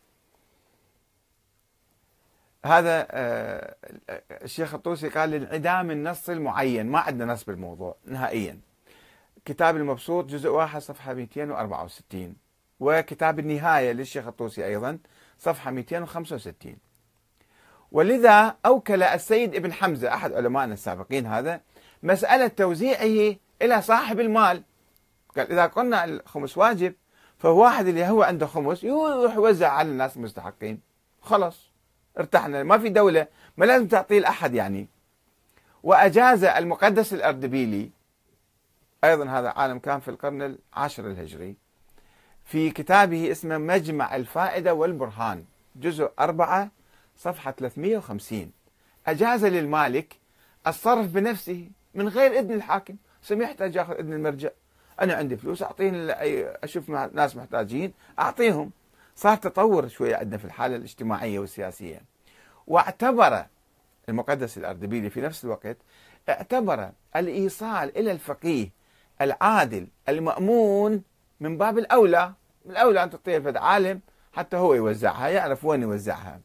هذا الشيخ الطوسي قال لانعدام النص المعين، ما عندنا نص بالموضوع نهائيا. كتاب المبسوط جزء واحد صفحة مئتين وأربعة وستين، وكتاب النهاية للشيخ الطوسي أيضا صفحة مئتين وخمسة وستين. ولذا أوكل السيد ابن حمزة أحد علمائنا السابقين هذا مسألة توزيعه إلى صاحب المال. قال إذا قلنا الخمس واجب، فهو واحد اللي هو عنده خمس يروح يوزع على الناس المستحقين، خلاص ارتحنا، ما في دولة، ما لازم تعطيه لأحد يعني. وأجاز المقدس الأردبيلي أيضا، هذا عالم كان في القرن العاشر الهجري، في كتابه اسمه مجمع الفائدة والبرهان جزء أربعة صفحة ثلاثمئة وخمسين، أجاز للمالك الصرف بنفسه من غير إذن الحاكم. سمحت أجي أخذ إذن المرجع، أنا عندي فلوس أعطيهم، أشوف ناس محتاجين أعطيهم. صار تطور شوية عندنا في الحالة الاجتماعية والسياسية. واعتبر المقدس الأردبيلي في نفس الوقت، اعتبر الإيصال إلى الفقيه العادل المأمون من باب الأولى، من الأولى أن تعطيه فد عالم حتى هو يوزعها، يعرف وين يوزعها.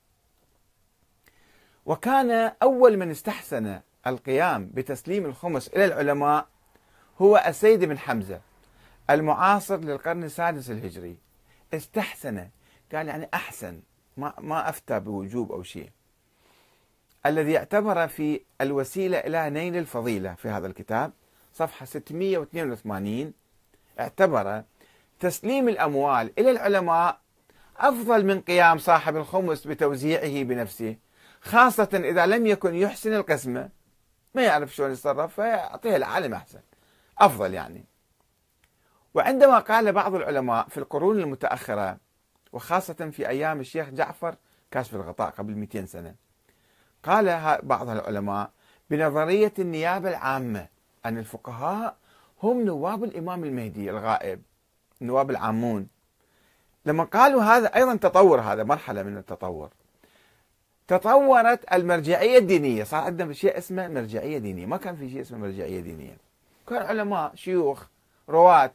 وكان أول من استحسن القيام بتسليم الخمس إلى العلماء هو السيد بن حمزة المعاصر للقرن السادس الهجري. استحسن، قال يعني أحسن، ما ما أفتى بوجوب أو شيء. الذي اعتبر في الوسيلة إلى نيل الفضيلة في هذا الكتاب صفحة ستمئة واثنين وثمانين اعتبر تسليم الأموال إلى العلماء أفضل من قيام صاحب الخمس بتوزيعه بنفسه، خاصة إذا لم يكن يحسن القسمة، ما يعرف شلون يتصرف فيعطيها العالم أحسن، أفضل يعني. وعندما قال بعض العلماء في القرون المتأخرة وخاصة في أيام الشيخ جعفر كاشف الغطاء قبل مئتين سنة، قال بعض العلماء بنظرية النيابة العامة أن الفقهاء هم نواب الإمام المهدي الغائب، النواب العامون. لما قالوا هذا أيضا تطور، هذا مرحلة من التطور، تطورت المرجعية الدينية، صار عندنا شيء اسمه مرجعية دينية، ما كان في شيء اسمه مرجعية دينية، كان علماء شيوخ رواة.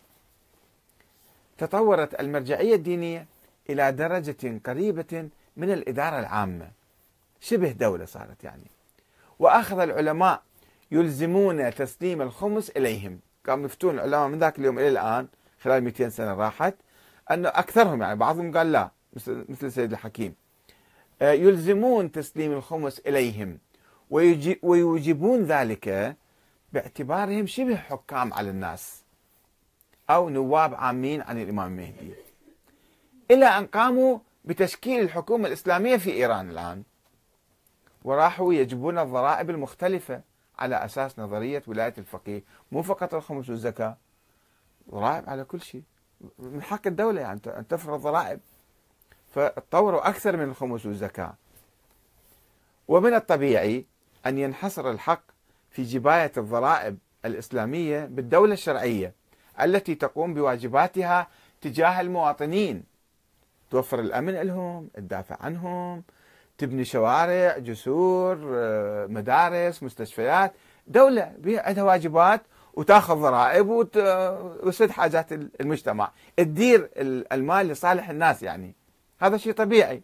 تطورت المرجعية الدينية إلى درجة قريبة من الإدارة العامة، شبه دولة صارت يعني. وأخذ العلماء يلزمون تسليم الخمس إليهم، كانوا يفتون العلماء من ذاك اليوم إلى الآن خلال مئتين سنة راحت، أنه أكثرهم يعني بعضهم قال لا، مثل مثل سيد الحكيم، يلزمون تسليم الخمس إليهم ويوجبون ذلك باعتبارهم شبه حكام على الناس أو نواب عامين عن الإمام المهدي، إلى أن قاموا بتشكيل الحكومة الإسلامية في إيران الآن، وراحوا يجبون الضرائب المختلفة على أساس نظرية ولاية الفقيه، مو فقط الخمس والزكاة، ضرائب على كل شيء، من حق الدولة يعني أن تفرض ضرائب، فتطوروا أكثر من الخمس والزكاة. ومن الطبيعي أن ينحصر الحق في جباية الضرائب الإسلامية بالدولة الشرعية التي تقوم بواجباتها تجاه المواطنين، توفر الأمن لهم، تدافع عنهم، تبني شوارع، جسور، مدارس، مستشفيات، دولة عندها واجبات وتاخذ ضرائب وتسد حاجات المجتمع، تدير المال لصالح الناس، يعني هذا شيء طبيعي،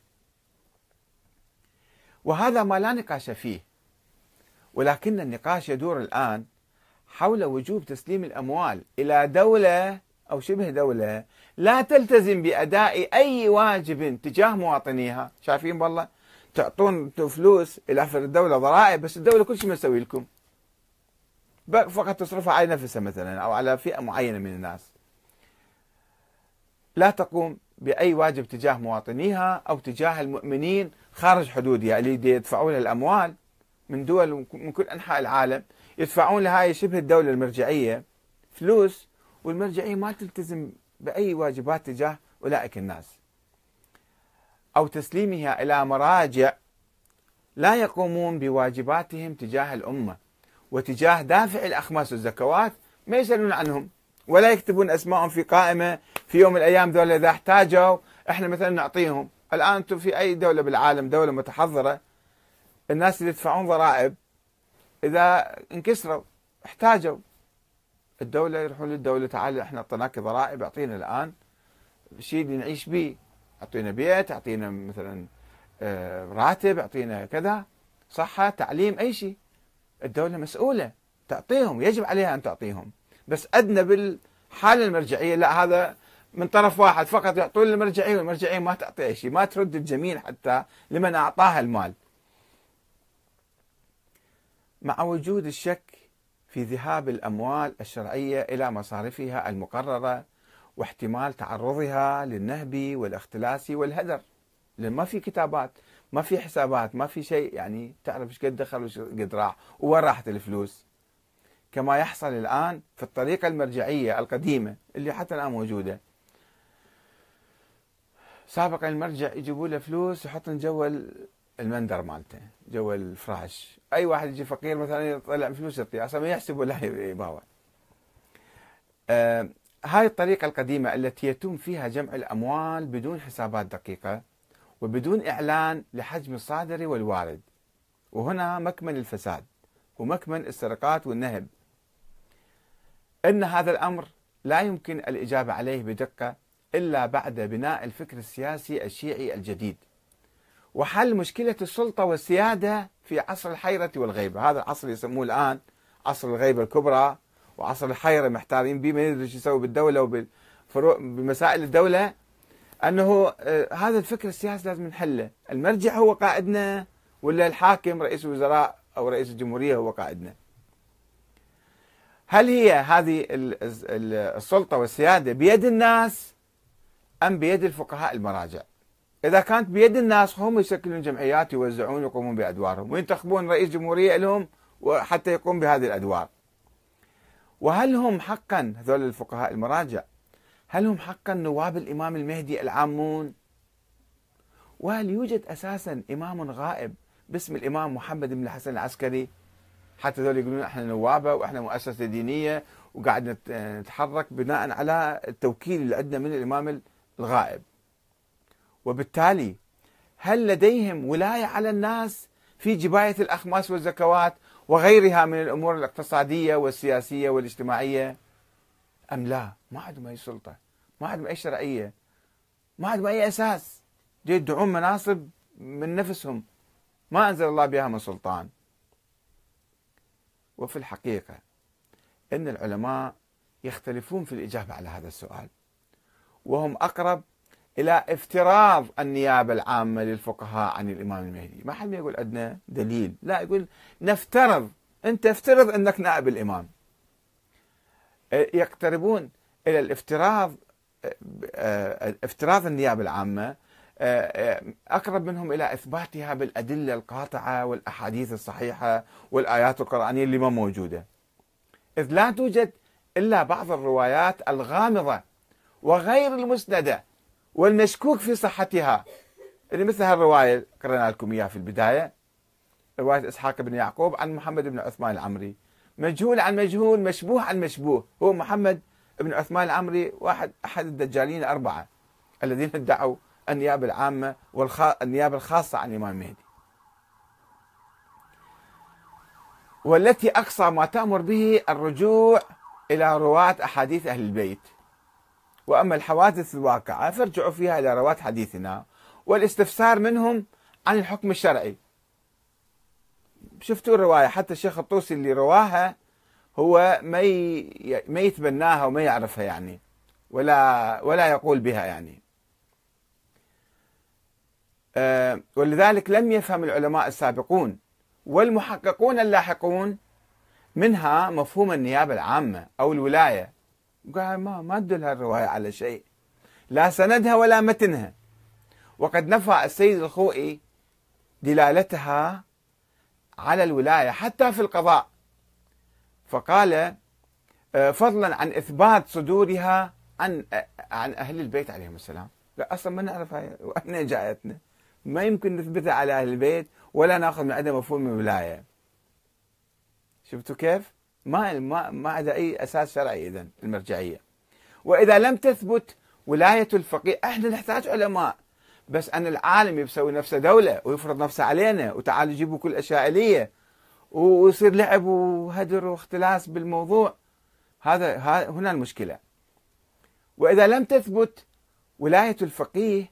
وهذا ما لا نقاش فيه. ولكن النقاش يدور الآن حول وجوب تسليم الأموال إلى دولة أو شبه دولة لا تلتزم بأداء أي واجب تجاه مواطنيها. شايفين والله تعطون فلوس إلى الدولة ضرائب، بس الدولة كل شيء ما تسوي لكم، فقط تصرفها على نفسها مثلا أو على فئة معينة من الناس، لا تقوم بأي واجب تجاه مواطنيها أو تجاه المؤمنين خارج حدودها اللي يدفعون الأموال من دول من كل أنحاء العالم، يدفعون لهاي شبه الدولة المرجعية فلوس، والمرجعية ما تلتزم بأي واجبات تجاه أولئك الناس، أو تسليمها إلى مراجع لا يقومون بواجباتهم تجاه الأمة وتجاه دافع الأخماس والزكوات، ما يسألون عنهم ولا يكتبون أسمائهم في قائمة في يوم من الأيام، ذولا إذا احتاجوا إحنا مثلا نعطيهم. الآن أنتم في أي دولة بالعالم، دولة متحضرة، الناس اللي يدفعون ضرائب إذا انكسروا احتاجوا الدولة يروحون للدولة، تعال احنا اعطيناك ضرائب، اعطينا الآن شيء اللي نعيش به، اعطينا بيت، اعطينا مثلا راتب، اعطينا كذا، صحة، تعليم، أي شيء، الدولة مسؤولة تعطيهم، يجب عليها أن تعطيهم. بس أدنى بالحالة المرجعية لا، هذا من طرف واحد فقط يعطون المرجعية، والمرجعية ما تعطي أي شيء، ما ترد الجميل حتى لمن أعطاها المال. مع وجود الشك في ذهاب الأموال الشرعية إلى مصارفها المقررة واحتمال تعرضها للنهب والاختلاس والهدر، لأن ما في كتابات، ما في حسابات، ما في شيء يعني تعرف ايش قد دخل وايش قد راح وين راحت الفلوس، كما يحصل الآن في الطريقة المرجعية القديمة اللي حتى الآن موجودة. سابقا المرجع يجيبوا له فلوس يحطن جوا المندر مالته، جوا الفراش، أي واحد يجي فقير مثلا يطلع فلوس يعطيه، أصلا ما يحسب ولا يباوع. آه هاي الطريقة القديمة التي يتم فيها جمع الأموال بدون حسابات دقيقة وبدون إعلان لحجم الصادر والوارد، وهنا مكمن الفساد ومكمن السرقات والنهب. إن هذا الأمر لا يمكن الإجابة عليه بدقة إلا بعد بناء الفكر السياسي الشيعي الجديد وحل مشكلة السلطة والسيادة في عصر الحيرة والغيبة. هذا العصر يسموه الآن عصر الغيبة الكبرى وعصر الحيرة، محتارين به، ما يدري شو يسوي بالدولة وبالفروع بمسائل الدولة. أنه هذا الفكر السياسي لازم نحله، المرجع هو قائدنا ولا الحاكم رئيس الوزراء أو رئيس الجمهورية هو قائدنا؟ هل هي هذه السلطة والسيادة بيد الناس أم بيد الفقهاء المراجع؟ إذا كانت بيد الناس هم يشكلون جمعيات يوزعون ويقومون بأدوارهم وينتخبون رئيس جمهورية لهم وحتى يقوم بهذه الأدوار. وهل هم حقا هذول الفقهاء المراجع هل هم حقا نواب الإمام المهدي العامون؟ وهل يوجد أساسا إمام غائب باسم الإمام محمد بن الحسن العسكري؟ حتى ذول يقولون احنا نوابه واحنا مؤسسة دينية وقاعد نتحرك بناء على التوكيل اللي عندنا من الإمام الغائب. وبالتالي هل لديهم ولاية على الناس في جباية الأخماس والزكوات وغيرها من الأمور الاقتصادية والسياسية والاجتماعية أم لا؟ ما عندهم أي سلطة، ما عندهم أي شرعية، ما عندهم أي أساس، يدعون مناصب من نفسهم ما أنزل الله بها من سلطان. وفي الحقيقة أن العلماء يختلفون في الإجابة على هذا السؤال، وهم أقرب إلى افتراض النيابة العامة للفقهاء عن الإمام المهدي. ما حد ما يقول عندنا دليل، لا، يقول نفترض، أنت افترض أنك نائب الإمام. يقتربون إلى الافتراض، افتراض النيابة العامة أقرب منهم إلى إثباتها بالأدلة القاطعة والأحاديث الصحيحة والآيات القرآنية اللي ما موجودة، إذ لا توجد إلا بعض الروايات الغامضة وغير المسندة والمشكوك في صحتها، اللي مثل هالرواية قرأنا لكم إياها في البداية، رواية إسحاق بن يعقوب عن محمد بن عثمان العمري، مجهول عن مجهول، مشبوه عن مشبوه. هو محمد بن عثمان العمري واحد أحد الدجالين الأربعة الذين ادعوا النيابة العامة والنيابة الخاصة عن الإمام المهدي، والتي أقصى ما تأمر به الرجوع إلى رواة أحاديث أهل البيت، وأما الحوادث الواقعة فارجعوا فيها إلى رواة حديثنا والاستفسار منهم عن الحكم الشرعي. شفتوا الرواية، حتى الشيخ الطوسي اللي رواها هو ما ما يتبناها وما يعرفها يعني، ولا ولا يقول بها يعني. أه ولذلك لم يفهم العلماء السابقون والمحققون اللاحقون منها مفهوم النيابة العامة أو الولاية. قال ما ما تدل هالرواية على شيء، لا سندها ولا متنها. وقد نفى السيد الخوئي دلالتها على الولاية حتى في القضاء، فقال فضلا عن إثبات صدورها عن عن أهل البيت عليهم السلام. لا، أصلا ما نعرفها وأين جاءتنا، ما يمكن نثبتها على أهل البيت ولا ناخذ من عندها مفهوم الولاية. شفتوا كيف؟ ما ما ما عندها أي أساس شرعي إذن المرجعية. وإذا لم تثبت ولاية الفقيه، احنا نحتاج علماء، بس أن العالم يسوي نفسه دولة ويفرض نفسه علينا وتعالوا جيبوا كل أشياء آلية ويصير لعب وهدر واختلاس بالموضوع، هذا هنا المشكلة. وإذا لم تثبت ولاية الفقيه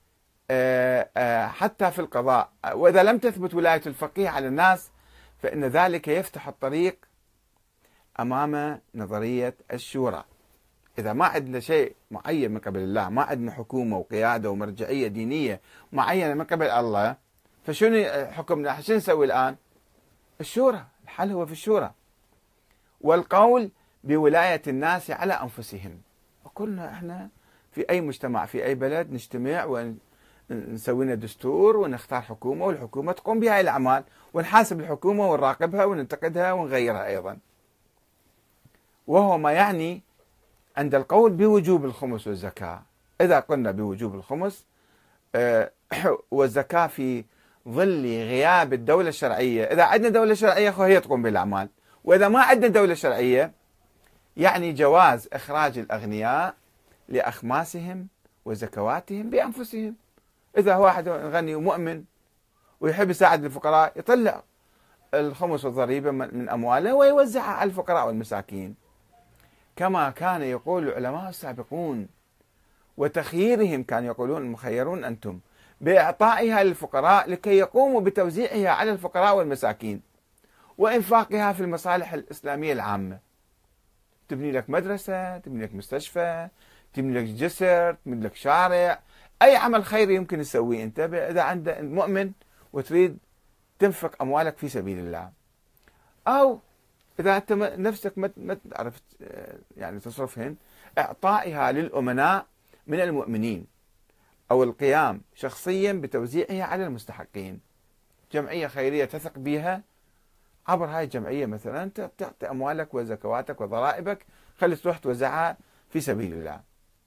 حتى في القضاء، وإذا لم تثبت ولاية الفقيه على الناس، فإن ذلك يفتح الطريق أمام نظرية الشورى. إذا ما عندنا شيء معين من قبل الله، ما عندنا حكومة وقيادة ومرجعية دينية معينة من قبل الله، فشنو حكمنا؟ شنو نسوي الآن؟ الشورى، الحل هو في الشورى والقول بولاية الناس على أنفسهم. وكلنا احنا في أي مجتمع في أي بلد نجتمع ونسوي لنا دستور ونختار حكومة، والحكومة تقوم بهاي الأعمال، ونحاسب الحكومة ونراقبها وننتقدها ونغيرها أيضا. وهو ما يعني عند القول بوجوب الخمس والزكاة. إذا قلنا بوجوب الخمس والزكاة في ظل غياب الدولة الشرعية، إذا عندنا دولة شرعية هي تقوم بالأعمال، وإذا ما عندنا دولة شرعية يعني جواز إخراج الأغنياء لأخماسهم وزكواتهم بأنفسهم. إذا واحد غني ومؤمن ويحب يساعد الفقراء يطلع الخمس والضريبة من أمواله ويوزعها على الفقراء والمساكين، كما كان يقول العلماء السابقون، وتخييرهم كانوا يقولون مخيرون أنتم بإعطائها للفقراء لكي يقوموا بتوزيعها على الفقراء والمساكين وإنفاقها في المصالح الإسلامية العامة. تبني لك مدرسة، تبني لك مستشفى، تبني لك جسر، تبني لك شارع، أي عمل خيري يمكن تسويه أنت إذا عندك مؤمن وتريد تنفق أموالك في سبيل الله. أو إذا أنت نفسك ما تعرف يعني تصرفهن، إعطائها للأمناء من المؤمنين أو القيام شخصيا بتوزيعها على المستحقين. جمعية خيرية تثق بها، عبر هاي الجمعية مثلا تعطي أموالك وزكواتك وضرائبك، خلي تروح توزعها في سبيل الله.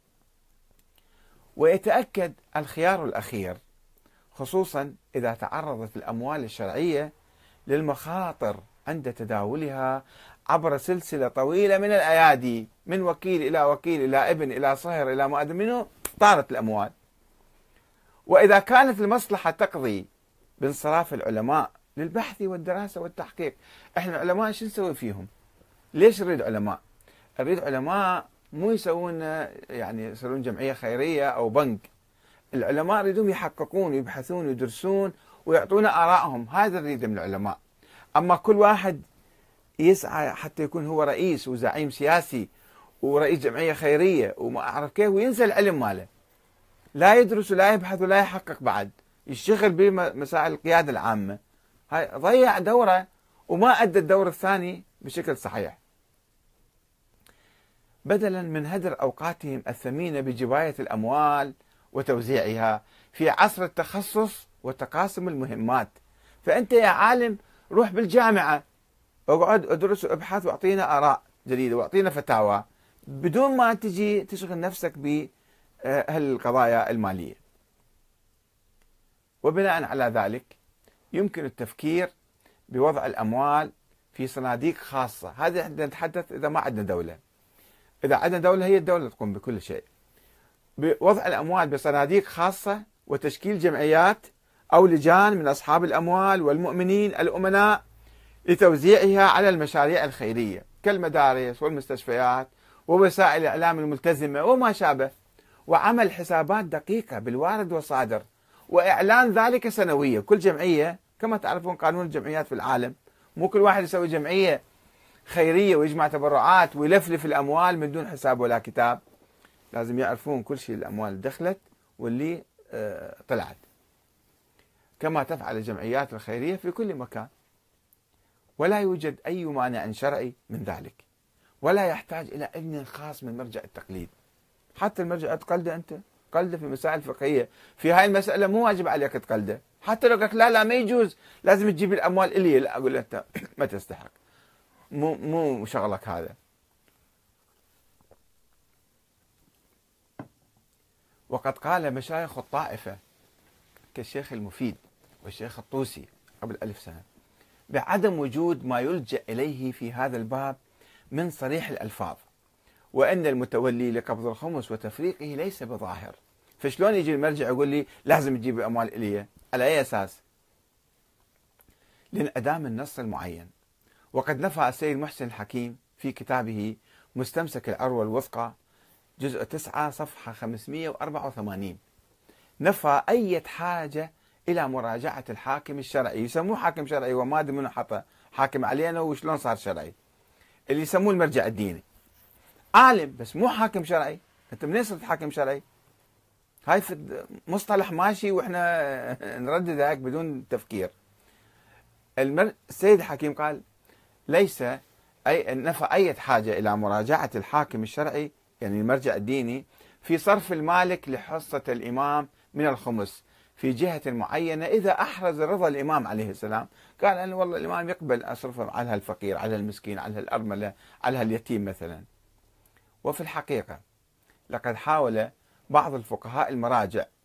ويتأكد الخيار الأخير، خصوصا إذا تعرضت الأموال الشرعية للمخاطر عند تداولها عبر سلسلة طويلة من الأيادي، من وكيل إلى وكيل إلى ابن إلى صهر إلى ما أدري منه، طارت الأموال. وإذا كانت المصلحة تقضي بانصراف العلماء للبحث والدراسة والتحقيق. احنا العلماء شو نسوي فيهم؟ ليش نريد علماء؟ نريد علماء مو يسوون يعني يصيرون جمعية خيرية أو بنك. العلماء يريدون يحققون ويبحثون ويدرسون ويعطونا آرائهم، هذا نريده من العلماء. أما كل واحد يسعى حتى يكون هو رئيس وزعيم سياسي ورئيس جمعية خيرية وما أعرف كيف، وينسى العلم ماله، لا يدرس ولا يبحث ولا يحقق، بعد يشتغل بمسائل القيادة العامة، هاي ضيع دوره وما أدى الدور الثاني بشكل صحيح. بدلا من هدر أوقاتهم الثمينة بجباية الأموال وتوزيعها في عصر التخصص وتقاسم المهمات. فأنت يا عالم روح بالجامعة، اقعد ادرس وابحث واعطينا آراء جديدة واعطينا فتاوى، بدون ما تجي تشغل نفسك بهالقضايا المالية. وبناء على ذلك يمكن التفكير بوضع الأموال في صناديق خاصة. هذا نتحدث إذا ما عندنا دولة. إذا عندنا دولة هي الدولة تقوم بكل شيء. بوضع الأموال بصناديق خاصة وتشكيل جمعيات أو لجان من أصحاب الأموال والمؤمنين الأمناء لتوزيعها على المشاريع الخيرية كالمدارس والمستشفيات ووسائل الإعلام الملتزمة وما شابه، وعمل حسابات دقيقة بالوارد والصادر وإعلان ذلك سنويا. كل جمعية كما تعرفون قانون الجمعيات في العالم، مو كل واحد يسوي جمعية خيرية ويجمع تبرعات ويلفلف الأموال من دون حساب ولا كتاب. لازم يعرفون كل شيء، الأموال دخلت واللي طلعت، كما تفعل الجمعيات الخيرية في كل مكان. ولا يوجد أي مانع شرعي من ذلك، ولا يحتاج إلى إذن خاص من مرجع التقليد. حتى المرجع تقلده أنت، قلده في مسائل فقهية، في هاي المسألة مو واجب عليك تقلده. حتى لو قلت لا لا ما يجوز لازم تجيب الأموال إلي، لا أقول أنت ما تستحق، مو مو شغلك هذا. وقد قال مشايخ الطائفة كالشيخ المفيد والشيخ الطوسي قبل ألف سنة بعدم وجود ما يلجأ إليه في هذا الباب من صريح الألفاظ، وأن المتولي لقبض الخمس وتفريقه ليس بظاهر. فشلون يجي المرجع يقول لي لازم تجيب أموال إلي؟ على أي أساس؟ لانعدام النص المعين. وقد نفى السيد محسن الحكيم في كتابه مستمسك العروة الوثقى جزء تسعة صفحة خمسمئة وأربعة وثمانين، نفى أي حاجة إلى مراجعة الحاكم الشرعي. يسموه حاكم شرعي وما أدري منو حطه حاكم علينا وشلون صار شرعي، اللي يسموه المرجع الديني. عالم بس مو حاكم شرعي. أنت منين صرت حاكم شرعي؟ هاي في مصطلح ماشي وإحنا نردد هيك بدون تفكير. المر... السيد الحكيم قال ليس أي نفى أي حاجة إلى مراجعة الحاكم الشرعي يعني المرجع الديني في صرف المالك لحصة الإمام من الخمس في جهة معينة إذا أحرز رضا الإمام عليه السلام. قال أنا والله الإمام يقبل أصرفه على هالفقير، على المسكين، على الأرملة، على هاليتيم مثلا. وفي الحقيقة لقد حاول بعض الفقهاء المراجع